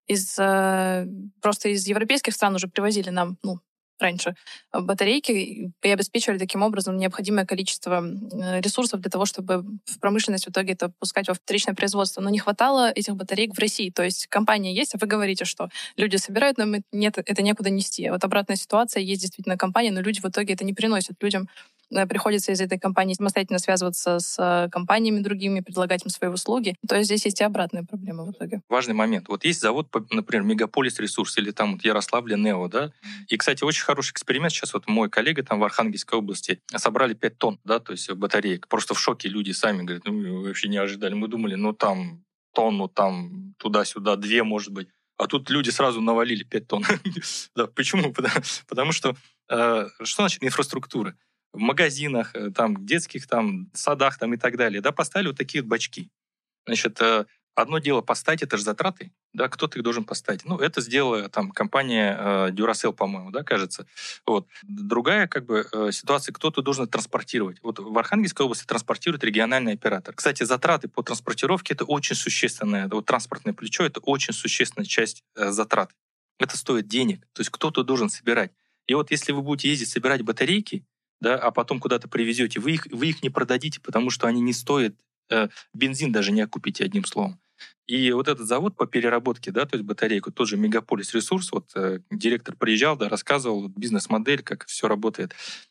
Просто из европейских стран уже привозили нам, раньше батарейки и обеспечивали таким образом необходимое количество ресурсов для того, чтобы в промышленность в итоге это пускать во вторичное производство. Но не хватало этих батареек в России. То есть компания есть, а вы говорите, что люди собирают, но нет, это некуда нести. А вот обратная ситуация, есть действительно компания, но люди в итоге это не приносят. Людям приходится из этой компании самостоятельно связываться с компаниями другими, предлагать им свои услуги. То есть здесь есть и обратная проблема в итоге. Важный момент. Вот есть завод, например, Мегаполис Ресурс или там Ярославле Нео, да? И, кстати, очень хороший эксперимент. Сейчас вот мой коллега там в Архангельской области собрали 5 тонн, да, то есть батареек. Просто в шоке люди сами говорят, мы вообще не ожидали. Мы думали, там тонну, там туда-сюда, 2, может быть. А тут люди сразу навалили 5 тонн. Да, почему? Потому что что значит инфраструктура? В магазинах, там, в детских там, садах там, и так далее, да, поставили вот такие вот бачки. Значит, одно дело поставить, это же затраты, да, кто-то их должен поставить. Это сделала там компания Duracell, по-моему, да, кажется. Вот. Другая ситуация, кто-то должен транспортировать. Вот в Архангельской области транспортирует региональный оператор. Кстати, затраты по транспортировке — это очень существенное, вот транспортное плечо — это очень существенная часть затрат. Это стоит денег, то есть кто-то должен собирать. И вот если вы будете ездить собирать батарейки, да, а потом куда-то привезете, вы их не продадите, потому что они не стоят, бензин даже не окупите, одним словом. И вот этот завод по переработке, да, то есть батарейку, тот же Мегаполис Ресурс, вот директор приезжал, да, рассказывал бизнес-модель, как все работает.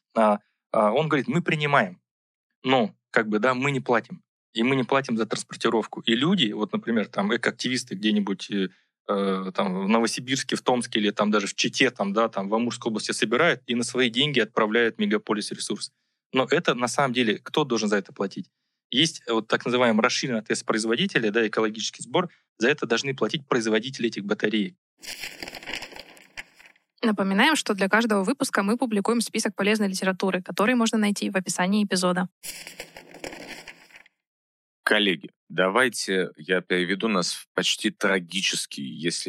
Он говорит, мы принимаем, но мы не платим. И мы не платим за транспортировку. И люди, вот, например, там экоактивисты где-нибудь там в Новосибирске, в Томске или там даже в Чите, там, да, там в Амурской области собирают и на свои деньги отправляют в Мегаполис Ресурс. Но это на самом деле, кто должен за это платить? Есть вот так называемый расширенный ответственность производителя, да, экологический сбор. За это должны платить производители этих батареек. Напоминаем, что для каждого выпуска мы публикуем список полезной литературы, который можно найти в описании эпизода. Коллеги, давайте я переведу нас в почти трагический, если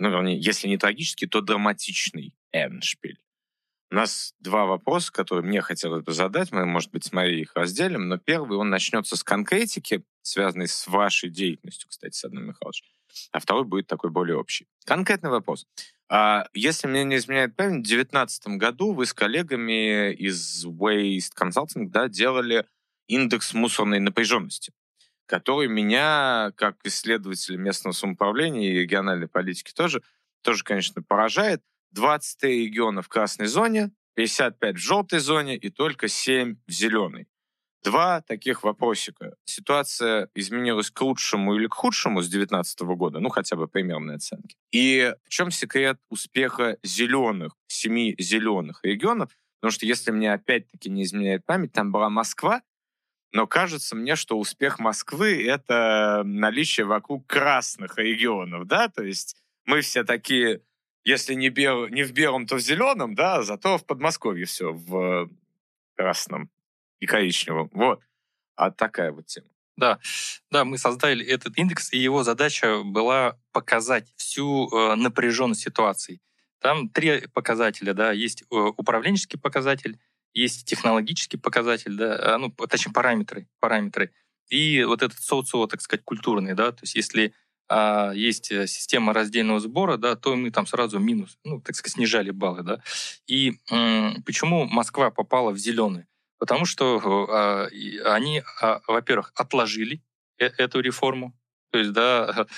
не трагический, то драматичный эндшпиль. У нас 2 вопроса, которые мне хотелось бы задать. Мы, может быть, с Марией их разделим. Но первый, он начнется с конкретики, связанной с вашей деятельностью, кстати, с Адном Михайловичем. А второй будет такой более общий. Конкретный вопрос. Если мне не изменяет память, в 2019 году вы с коллегами из Waste Consulting, да, делали индекс мусорной напряженности, который меня, как исследователя местного самоуправления и региональной политики тоже, конечно, поражает. 23 региона в красной зоне, 55 в желтой зоне и только 7 в зеленой. 2 таких вопросика. Ситуация изменилась к лучшему или к худшему с 2019 года? Хотя бы примерные оценки. И в чем секрет успеха 7 зеленых регионов? Потому что, если мне опять-таки не изменяет память, там была Москва, но кажется мне, что успех Москвы — это наличие вокруг красных регионов, да? То есть мы все такие, если не в белом, то в зеленом, да, зато в Подмосковье все в красном и коричневом. Вот. Такая вот тема. Да, мы создали этот индекс, и его задача была показать всю напряженность ситуации. Там 3 показателя, да, есть управленческий показатель, есть технологический показатель, да, точнее параметры, и вот этот так сказать, культурный, да, то есть если есть система раздельного сбора, да, то мы там сразу минус, так сказать, снижали баллы, да. И почему Москва попала в зеленый? Потому что они, во-первых, отложили эту реформу, то есть, да,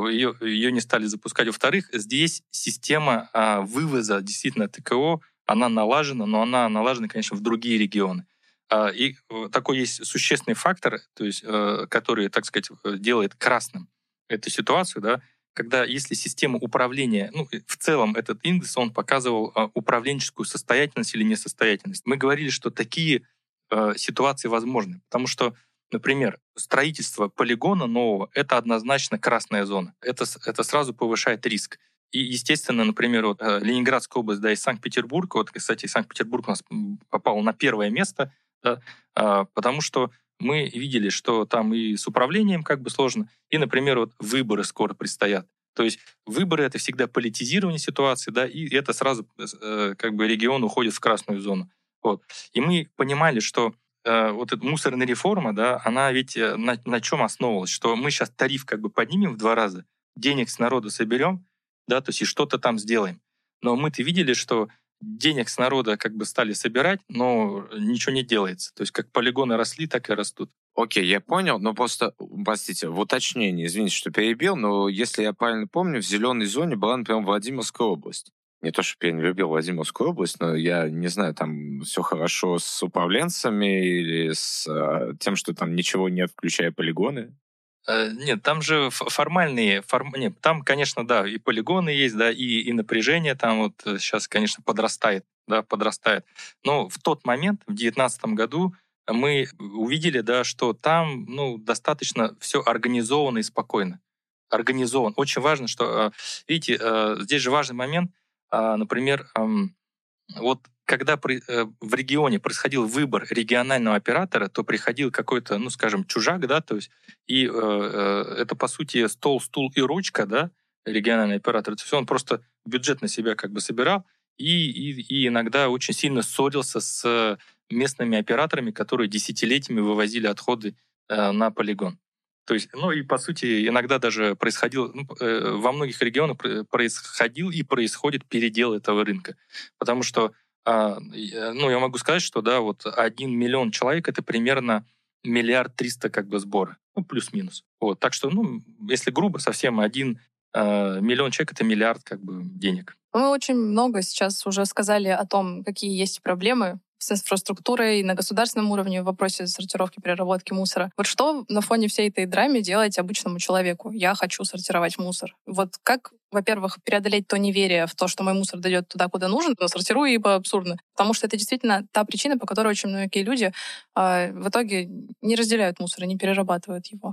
ее не стали запускать. Во-вторых, здесь система вывоза действительно ТКО, она налажена, но она налажена, конечно, в другие регионы. И такой есть существенный фактор, то есть, который, так сказать, делает красным эту ситуацию, да, когда если система управления, ну, в целом этот индекс, он показывал управленческую состоятельность или несостоятельность. Мы говорили, что такие ситуации возможны, потому что, например, строительство полигона нового — это однозначно красная зона. Это сразу повышает риск. И, естественно, например, вот, Ленинградская область, да, и Санкт-Петербург, вот, кстати, Санкт-Петербург у нас попал на первое место, да, потому что мы видели, что там и с управлением как бы сложно, и, например, вот выборы скоро предстоят. То есть выборы — это всегда политизирование ситуации, да, и это сразу как бы регион уходит в красную зону. Вот. И мы понимали, что вот эта мусорная реформа, да, она ведь на чем основывалась? Что мы сейчас тариф как бы поднимем в 2 раза, денег с народа соберем, да, то есть и что-то там сделаем. Но мы-то видели, что денег с народа как бы стали собирать, но ничего не делается. То есть как полигоны росли, так и растут. Окей, я понял, но просто, простите, в уточнении, извините, что перебил, но если я правильно помню, в зеленой зоне была, например, Владимирская область. Не то, чтобы я не любил Владимирскую область, но я не знаю, там все хорошо с управленцами или с тем, что там ничего нет, включая полигоны. Нет, там же нет, там, конечно, да, и полигоны есть, да, и напряжение там вот сейчас, конечно, подрастает, да, подрастает. Но в тот момент, в 2019 году, мы увидели, да, что там, ну, достаточно все организовано и спокойно. Организован. Очень важно, что, видите, здесь же важный момент, например, вот когда в регионе происходил выбор регионального оператора, то приходил какой-то, ну, скажем, чужак, да, то есть, и это, по сути, стол, стул и ручка, да, региональный оператор. То есть он просто бюджет на себя как бы собирал и иногда очень сильно ссорился с местными операторами, которые десятилетиями вывозили отходы на полигон. То есть, ну и по сути иногда даже происходил, во многих регионах происходил и происходит передел этого рынка. Потому что, ну я могу сказать, что да, вот 1 миллион человек — это примерно 1,3 миллиарда как бы сбора. Ну, плюс-минус. Вот. Так что, ну, если грубо, совсем 1 миллион человек — это миллиард как бы денег. Мы очень много сейчас уже сказали о том, какие есть проблемы с инфраструктурой на государственном уровне в вопросе сортировки, переработки мусора. Вот что на фоне всей этой драмы делать обычному человеку? Я хочу сортировать мусор. Вот как, во-первых, преодолеть то неверие в то, что мой мусор дойдет туда, куда нужен, но сортирую, ибо абсурдно. Потому что это действительно та причина, по которой очень многие люди в итоге не разделяют мусор и не перерабатывают его.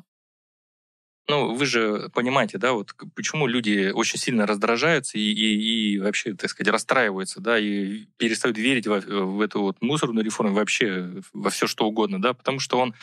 Ну, вы же понимаете, да, вот почему люди очень сильно раздражаются и вообще, так сказать, расстраиваются, да, и перестают верить в эту вот мусорную реформу, вообще во все что угодно, да, потому что он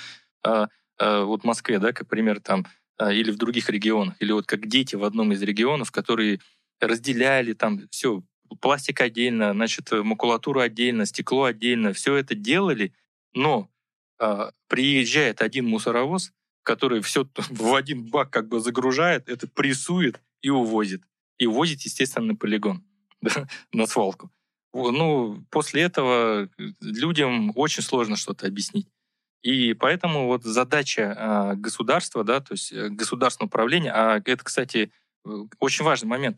вот в Москве, да, как пример, там, или в других регионах, или вот как дети в одном из регионов, которые разделяли там все, пластик отдельно, значит, макулатуру отдельно, стекло отдельно, все это делали, но приезжает один мусоровоз, который все в один бак как бы загружает, это прессует и увозит. И увозит, естественно, на полигон, да, на свалку. Ну, после этого людям очень сложно что-то объяснить. И поэтому вот задача государства, да, то есть государственного управления, а это, кстати, очень важный момент,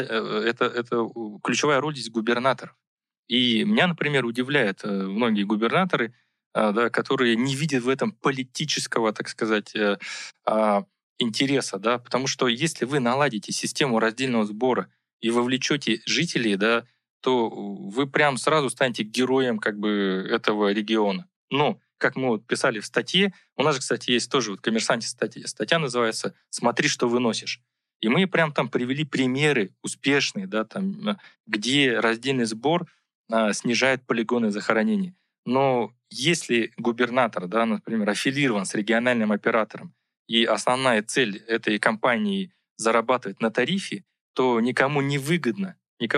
это ключевая роль здесь губернаторов. И меня, например, удивляют многие губернаторы, да, которые не видят в этом политического, так сказать, интереса, да, потому что если вы наладите систему раздельного сбора и вовлечете жителей, да, то вы прям сразу станете героем как бы этого региона. Но, как мы вот писали в статье, у нас же, кстати, есть тоже вот в «Коммерсанте» статья называется «Смотри, что выносишь». И мы прям там привели примеры успешные, да, там, где раздельный сбор снижает полигоны захоронений. Но если губернатор, да, например, аффилирован с региональным оператором, и основная цель этой компании зарабатывать на тарифе, то никому не выгодно,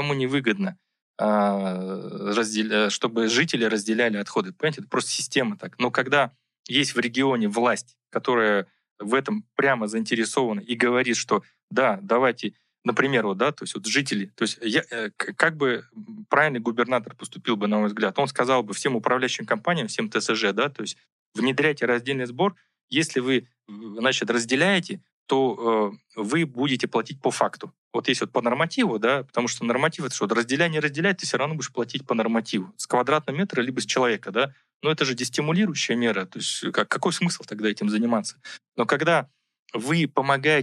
чтобы жители разделяли отходы. Понимаете, это просто система так. Но когда есть в регионе власть, которая в этом прямо заинтересована и говорит, что да, давайте, например, вот, да, то есть вот жители, то есть как бы правильный губернатор поступил бы, на мой взгляд, он сказал бы всем управляющим компаниям, всем ТСЖ, да, то есть внедряйте раздельный сбор, если вы, значит, разделяете, то вы будете платить по факту. Вот есть вот по нормативу, да, потому что норматив — это что, разделяй, не разделяй, ты все равно будешь платить по нормативу. С квадратного метра либо с человека, да. Но это же дестимулирующая мера, то есть какой смысл тогда этим заниматься? Но когда вы помогаете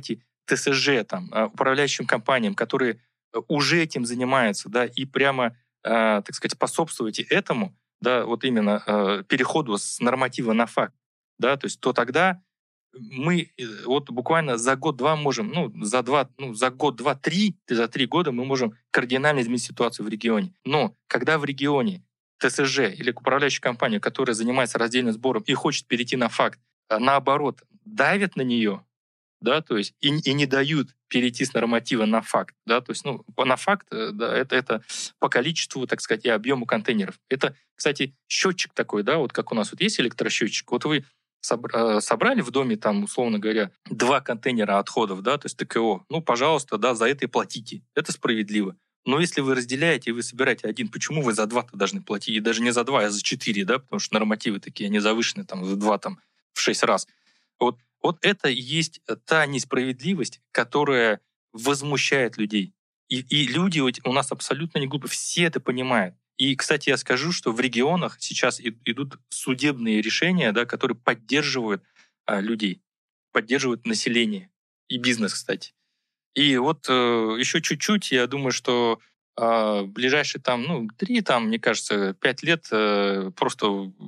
ТСЖ, там, управляющим компаниям, которые уже этим занимаются, да, и прямо, так сказать, способствуете этому, да, вот именно переходу с норматива на факт, да, то есть то тогда мы вот буквально за год-два можем, за год, два, три, за 3 года мы можем кардинально изменить ситуацию в регионе. Но когда в регионе ТСЖ или управляющая компания, которая занимается раздельным сбором и хочет перейти на факт, наоборот, давят на нее, да, то есть и не дают перейти с норматива на факт, да, то есть, на факт, да, это по количеству, так сказать, и объему контейнеров. Это, кстати, счетчик такой, да, вот как у нас вот есть электросчетчик, вот вы собрали в доме, там, условно говоря, 2 контейнера отходов, да, то есть ТКО, пожалуйста, да, за это и платите. Это справедливо. Но если вы разделяете и вы собираете один, почему вы за 2-то должны платить? И даже не за 2, а за 4, да, потому что нормативы такие, они завышены там в 2, там, в 6 раз. Вот это и есть та несправедливость, которая возмущает людей. И люди у нас абсолютно не глупые, все это понимают. И, кстати, я скажу, что в регионах сейчас идут судебные решения, да, которые поддерживают людей, поддерживают население и бизнес, кстати. И вот еще чуть-чуть, я думаю, что ближайшие 3, мне кажется, 5 лет просто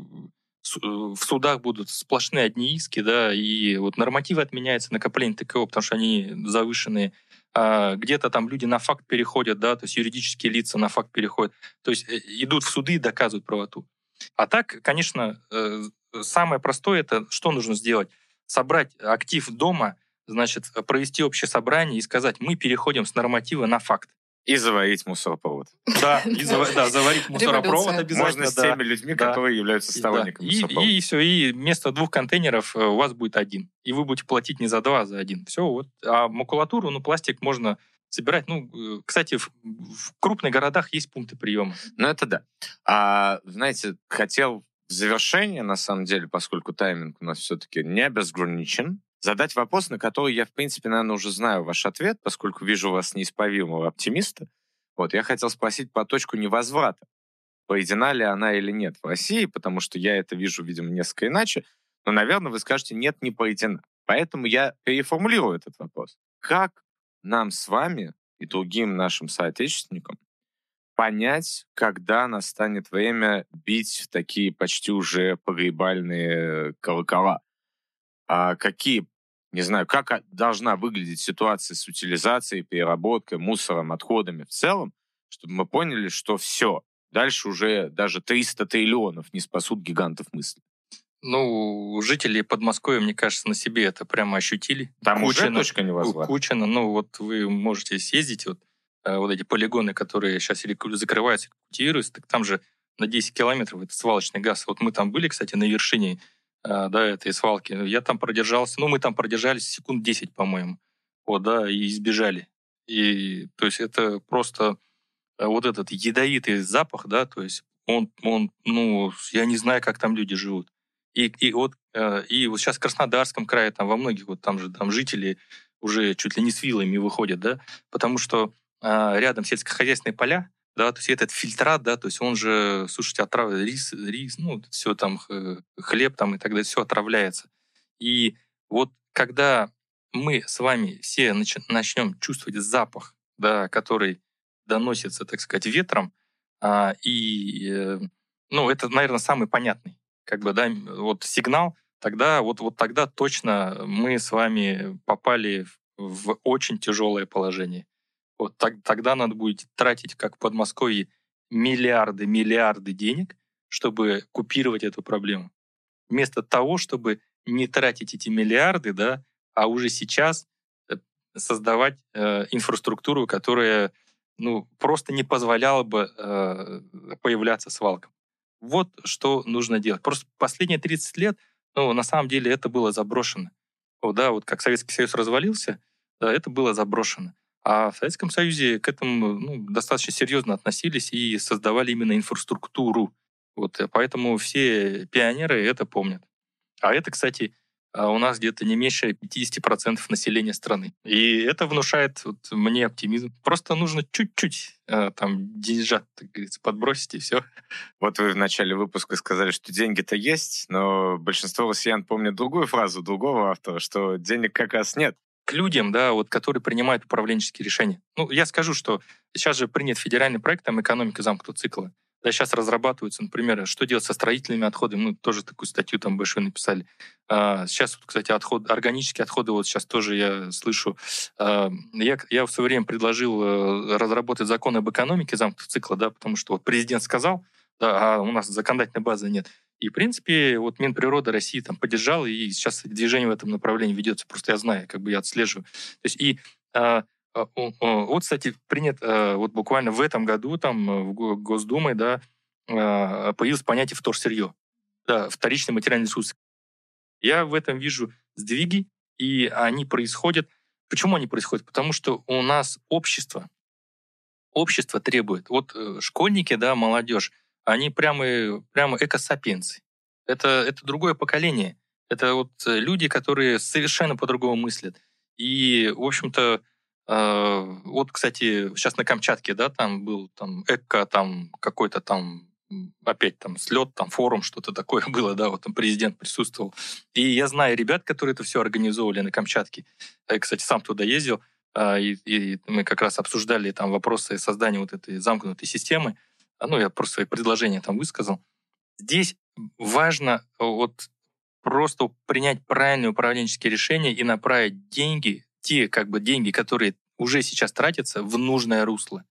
в судах будут сплошные одни иски, да, и вот нормативы отменяются, накопление ТКО, потому что они завышенные. Где-то там люди на факт переходят, да, то есть юридические лица на факт переходят, то есть идут в суды и доказывают правоту. А так, конечно, самое простое, это что нужно сделать? Собрать актив дома, значит, провести общее собрание и сказать, мы переходим с норматива на факт. И заварить мусоропровод. Да, заварить мусоропровод обязательно. Можно с теми людьми, которые являются сторонниками мусоропровода. И все, и вместо 2 контейнеров у вас будет 1. И вы будете платить не за 2, а за 1. Все, вот. А макулатуру, пластик можно собирать. Кстати, в крупных городах есть пункты приема. Это да. Знаете, хотел в завершение, на самом деле, поскольку тайминг у нас все-таки не безграничен, задать вопрос, на который я, в принципе, наверное, уже знаю ваш ответ, поскольку вижу вас неисправимого оптимиста. Я хотел спросить по точку невозврата. Проведена ли она или нет в России, потому что я это вижу, видимо, несколько иначе. Но, наверное, вы скажете, нет, не проведена. Поэтому я переформулирую этот вопрос. Как нам с вами и другим нашим соотечественникам понять, когда настанет время бить в такие почти уже погребальные колокола? Какие, не знаю, как должна выглядеть ситуация с утилизацией, переработкой, мусором, отходами в целом, чтобы мы поняли, что все, дальше уже даже 300 триллионов не спасут гигантов мысли. Жители Подмосковья, мне кажется, на себе это прямо ощутили. Там уже точка невозврата. Кучино, вы можете съездить, эти полигоны, которые сейчас закрываются, рекультивируются, так там же на 10 километров это свалочный газ. Мы там были, кстати, на вершине этой свалки. Я там продержался, мы там продержались секунд 10, по-моему. И избежали. И, то есть, это просто этот ядовитый запах, да, то есть, он, я не знаю, как там люди живут. И вот сейчас в Краснодарском крае, там во многих, там жители уже чуть ли не с вилами выходят, да, потому что рядом сельскохозяйственные поля, да, то есть этот фильтрат, да, то есть он же, слушайте, отравляет рис, все там, хлеб там и так далее, все отравляется. И вот когда мы с вами все начнем чувствовать запах, да, который доносится, так сказать, ветром, это, наверное, самый понятный, сигнал, тогда тогда точно мы с вами попали в очень тяжелое положение. Тогда надо будет тратить, как в Подмосковье, миллиарды денег, чтобы купировать эту проблему. Вместо того, чтобы не тратить эти миллиарды, да, а уже сейчас создавать инфраструктуру, которая просто не позволяла бы появляться свалкам. Вот что нужно делать. Просто последние 30 лет, на самом деле, это было заброшено. Как Советский Союз развалился, да, это было заброшено. А в Советском Союзе к этому достаточно серьезно относились и создавали именно инфраструктуру. Поэтому все пионеры это помнят. А это, кстати, у нас где-то не меньше 50% населения страны. И это внушает мне оптимизм. Просто нужно чуть-чуть деньжат, так говорится, подбросить, и все. Вы в начале выпуска сказали, что деньги-то есть, но большинство россиян помнят другую фразу другого автора, что денег как раз нет. к людям, да, вот, которые принимают управленческие решения. Ну, я скажу, что сейчас же принят федеральный проект там «Экономика замкнутого цикла». Да, сейчас разрабатываются, например, что делать со строительными отходами. Мы тоже такую статью там большую написали. Сейчас, вот, кстати, органические отходы, вот сейчас тоже я слышу. Я в свое время предложил разработать закон об экономике замкнутого цикла, да, потому что вот президент сказал, да, а у нас законодательной базы нет. И, в принципе, вот Минприрода России там поддержал, и сейчас движение в этом направлении ведется. Просто я знаю, как бы я отслеживаю. То есть вот, кстати, принят вот буквально в этом году там в Госдумой, да, появилось понятие вторсырье, да, вторичный материальный ресурс. Я в этом вижу сдвиги, и они происходят. Почему они происходят? Потому что у нас общество требует. Вот школьники, да, молодежь, они прямо экосапиенсы. Это другое поколение. Это вот люди, которые совершенно по-другому мыслят. И, в общем-то, вот, кстати, сейчас на Камчатке, да, там был там эко, там какой-то там опять там слет, там форум, что-то такое было, да, вот там президент присутствовал. И я знаю ребят, которые это все организовывали на Камчатке. Я, кстати, сам туда ездил, и мы как раз обсуждали там вопросы создания вот этой замкнутой системы. Ну, я просто свои предложения там высказал. Здесь важно вот просто принять правильные управленческие решения и направить деньги, те как бы деньги, которые уже сейчас тратятся, в нужное русло.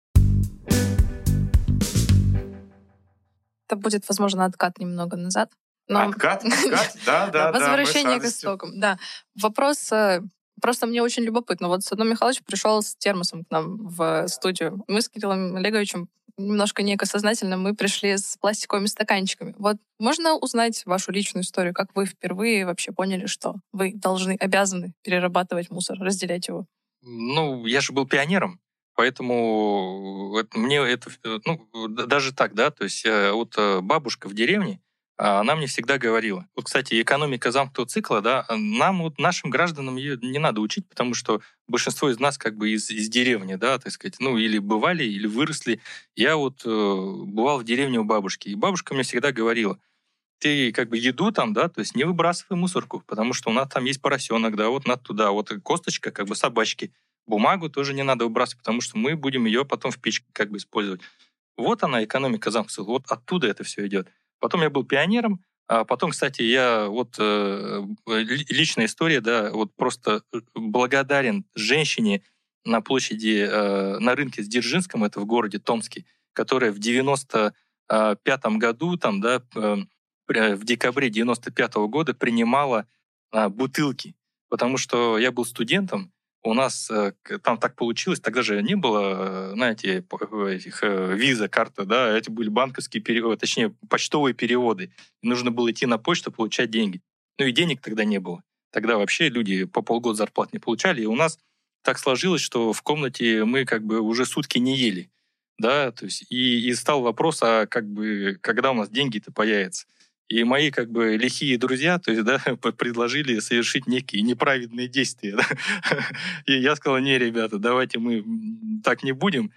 Это будет, возможно, откат немного назад. Откат? Да. Возвращение к истокам. Да. Вопрос... Просто мне очень любопытно. Вот Садом Михайлович пришел с термосом к нам в студию. Мы с Кириллом Олеговичем немножко неэкосознательно, мы пришли с пластиковыми стаканчиками. Вот можно узнать вашу личную историю, как вы впервые вообще поняли, что вы обязаны перерабатывать мусор, разделять его? Ну, я же был пионером, поэтому мне это... Ну, даже так, да, то есть вот бабушка в деревне, она мне всегда говорила. Вот, кстати, экономика замкнутого цикла, да, нам, вот, нашим гражданам ее не надо учить, потому что большинство из нас как бы из деревни, да, так сказать, ну, или бывали, или выросли. Я вот бывал в деревне у бабушки, и бабушка мне всегда говорила, ты как бы еду там, да, то есть не выбрасывай мусорку, потому что у нас там есть поросенок, да, вот надо туда, вот косточка как бы собачки. Бумагу тоже не надо выбрасывать, потому что мы будем ее потом в печке как бы использовать. Вот она, экономика замкнутого, вот оттуда это все идет. Потом я был пионером, а потом, кстати, я вот личная история, да, вот просто благодарен женщине на площади, на рынке с Дзержинском, это в городе Томске, которая в 95-м году, там, да, в декабре 95-го года принимала бутылки, потому что я был студентом, у нас там так получилось, тогда же не было, знаете, этих виза, карта, да, эти были банковские переводы, точнее, почтовые переводы. И нужно было идти на почту, получать деньги. Ну и денег тогда не было. Тогда вообще люди по полгода зарплат не получали, и у нас так сложилось, что в комнате мы как бы уже сутки не ели, да, то есть и стал вопрос, а как бы когда у нас деньги-то появятся. И мои как бы лихие друзья, то есть, да, предложили совершить некие неправедные действия. Да? И я сказал, не, ребята, давайте мы так не будем.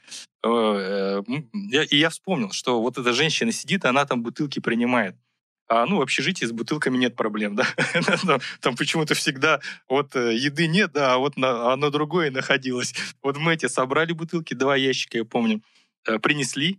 И я вспомнил, что вот эта женщина сидит, она там бутылки принимает. Ну, в общежитии с бутылками нет проблем, да. Там почему-то всегда вот еды нет, да, а вот на другое находилось. Вот мы эти собрали бутылки, 2 ящика, я помню, принесли,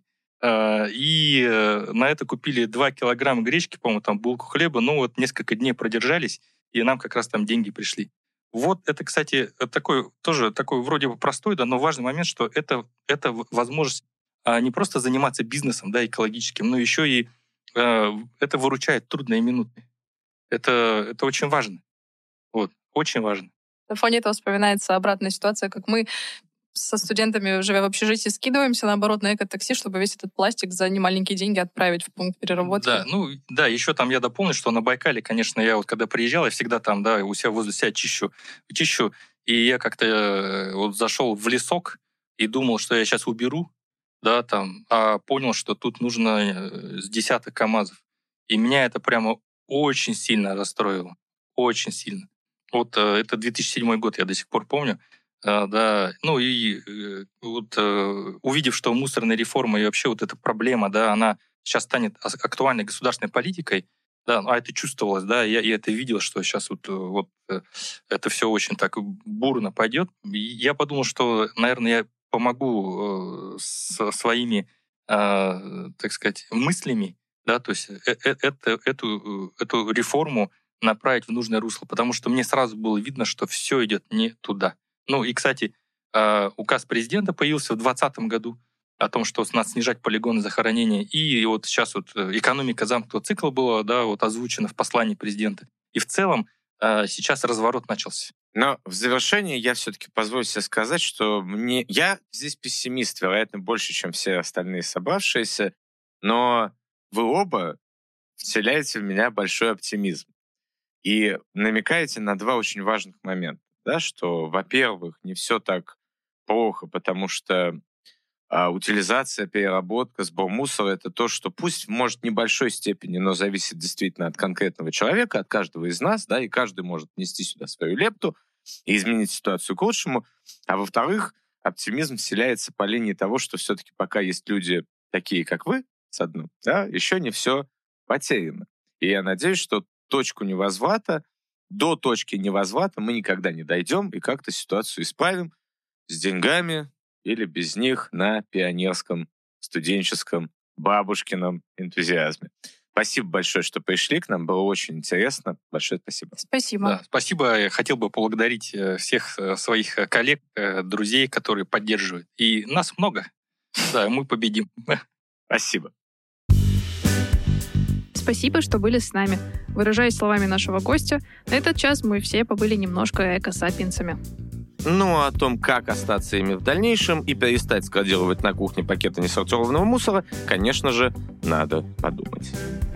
и на это купили 2 килограмма гречки, по-моему, там булку хлеба, ну вот несколько дней продержались, и нам как раз там деньги пришли. Вот это, кстати, такой вроде бы простой, да, но важный момент, что это возможность не просто заниматься бизнесом, да, экологическим, но еще и это выручает трудные минуты. Это очень важно. Вот, очень важно. На фоне этого вспоминается обратная ситуация, как мы со студентами, живя в общежитии, скидываемся, наоборот, на эко-такси, чтобы весь этот пластик за немаленькие деньги отправить в пункт переработки. Да, еще там я дополню, что на Байкале, конечно, я вот когда приезжал, я всегда там, да, у себя возле себя чищу, и я как-то вот зашел в лесок и думал, что я сейчас уберу, да, там, а понял, что тут нужно с десяток КАМАЗов. И меня это прямо очень сильно расстроило. Очень сильно. Вот это 2007 год, я до сих пор помню. Да, ну и вот увидев, что мусорная реформа и вообще вот эта проблема, да, она сейчас станет актуальной государственной политикой, Да, а это чувствовалось, да, я это видел, что сейчас вот это все очень так бурно пойдет. И я подумал, что, наверное, я помогу со своими, так сказать, мыслями, да, то есть эту реформу направить в нужное русло, потому что мне сразу было видно, что все идет не туда. Ну и, кстати, указ президента появился в 2020 году о том, что надо снижать полигоны захоронения. И вот сейчас вот экономика замкнутого цикла была, да, вот озвучена в послании президента. И в целом сейчас разворот начался. Но в завершение я все-таки позволю себе сказать, что я здесь пессимист, вероятно, больше, чем все остальные собравшиеся, но вы оба вселяете в меня большой оптимизм. И намекаете на два очень важных момента. Да, что, во-первых, не все так плохо, потому что утилизация, переработка, сбор мусора — это то, что пусть, может, в небольшой степени, но зависит действительно от конкретного человека, от каждого из нас, да, и каждый может внести сюда свою лепту и изменить ситуацию к лучшему. А во-вторых, оптимизм вселяется по линии того, что все-таки пока есть люди такие, как вы, с одной, да, еще не все потеряно. И я надеюсь, что точку невозврата, до точки невозврата мы никогда не дойдем и как-то ситуацию исправим с деньгами или без них на пионерском, студенческом, бабушкином энтузиазме. Спасибо большое, что пришли к нам. Было очень интересно. Большое спасибо. Спасибо. Да, спасибо. Я хотел бы поблагодарить всех своих коллег, друзей, которые поддерживают. И нас много. Да, мы победим. Спасибо. Спасибо, что были с нами. Выражаясь словами нашего гостя, на этот час мы все побыли немножко эко-сапиенсами. Ну, а о том, как остаться ими в дальнейшем и перестать складировать на кухне пакеты несортированного мусора, конечно же, надо подумать.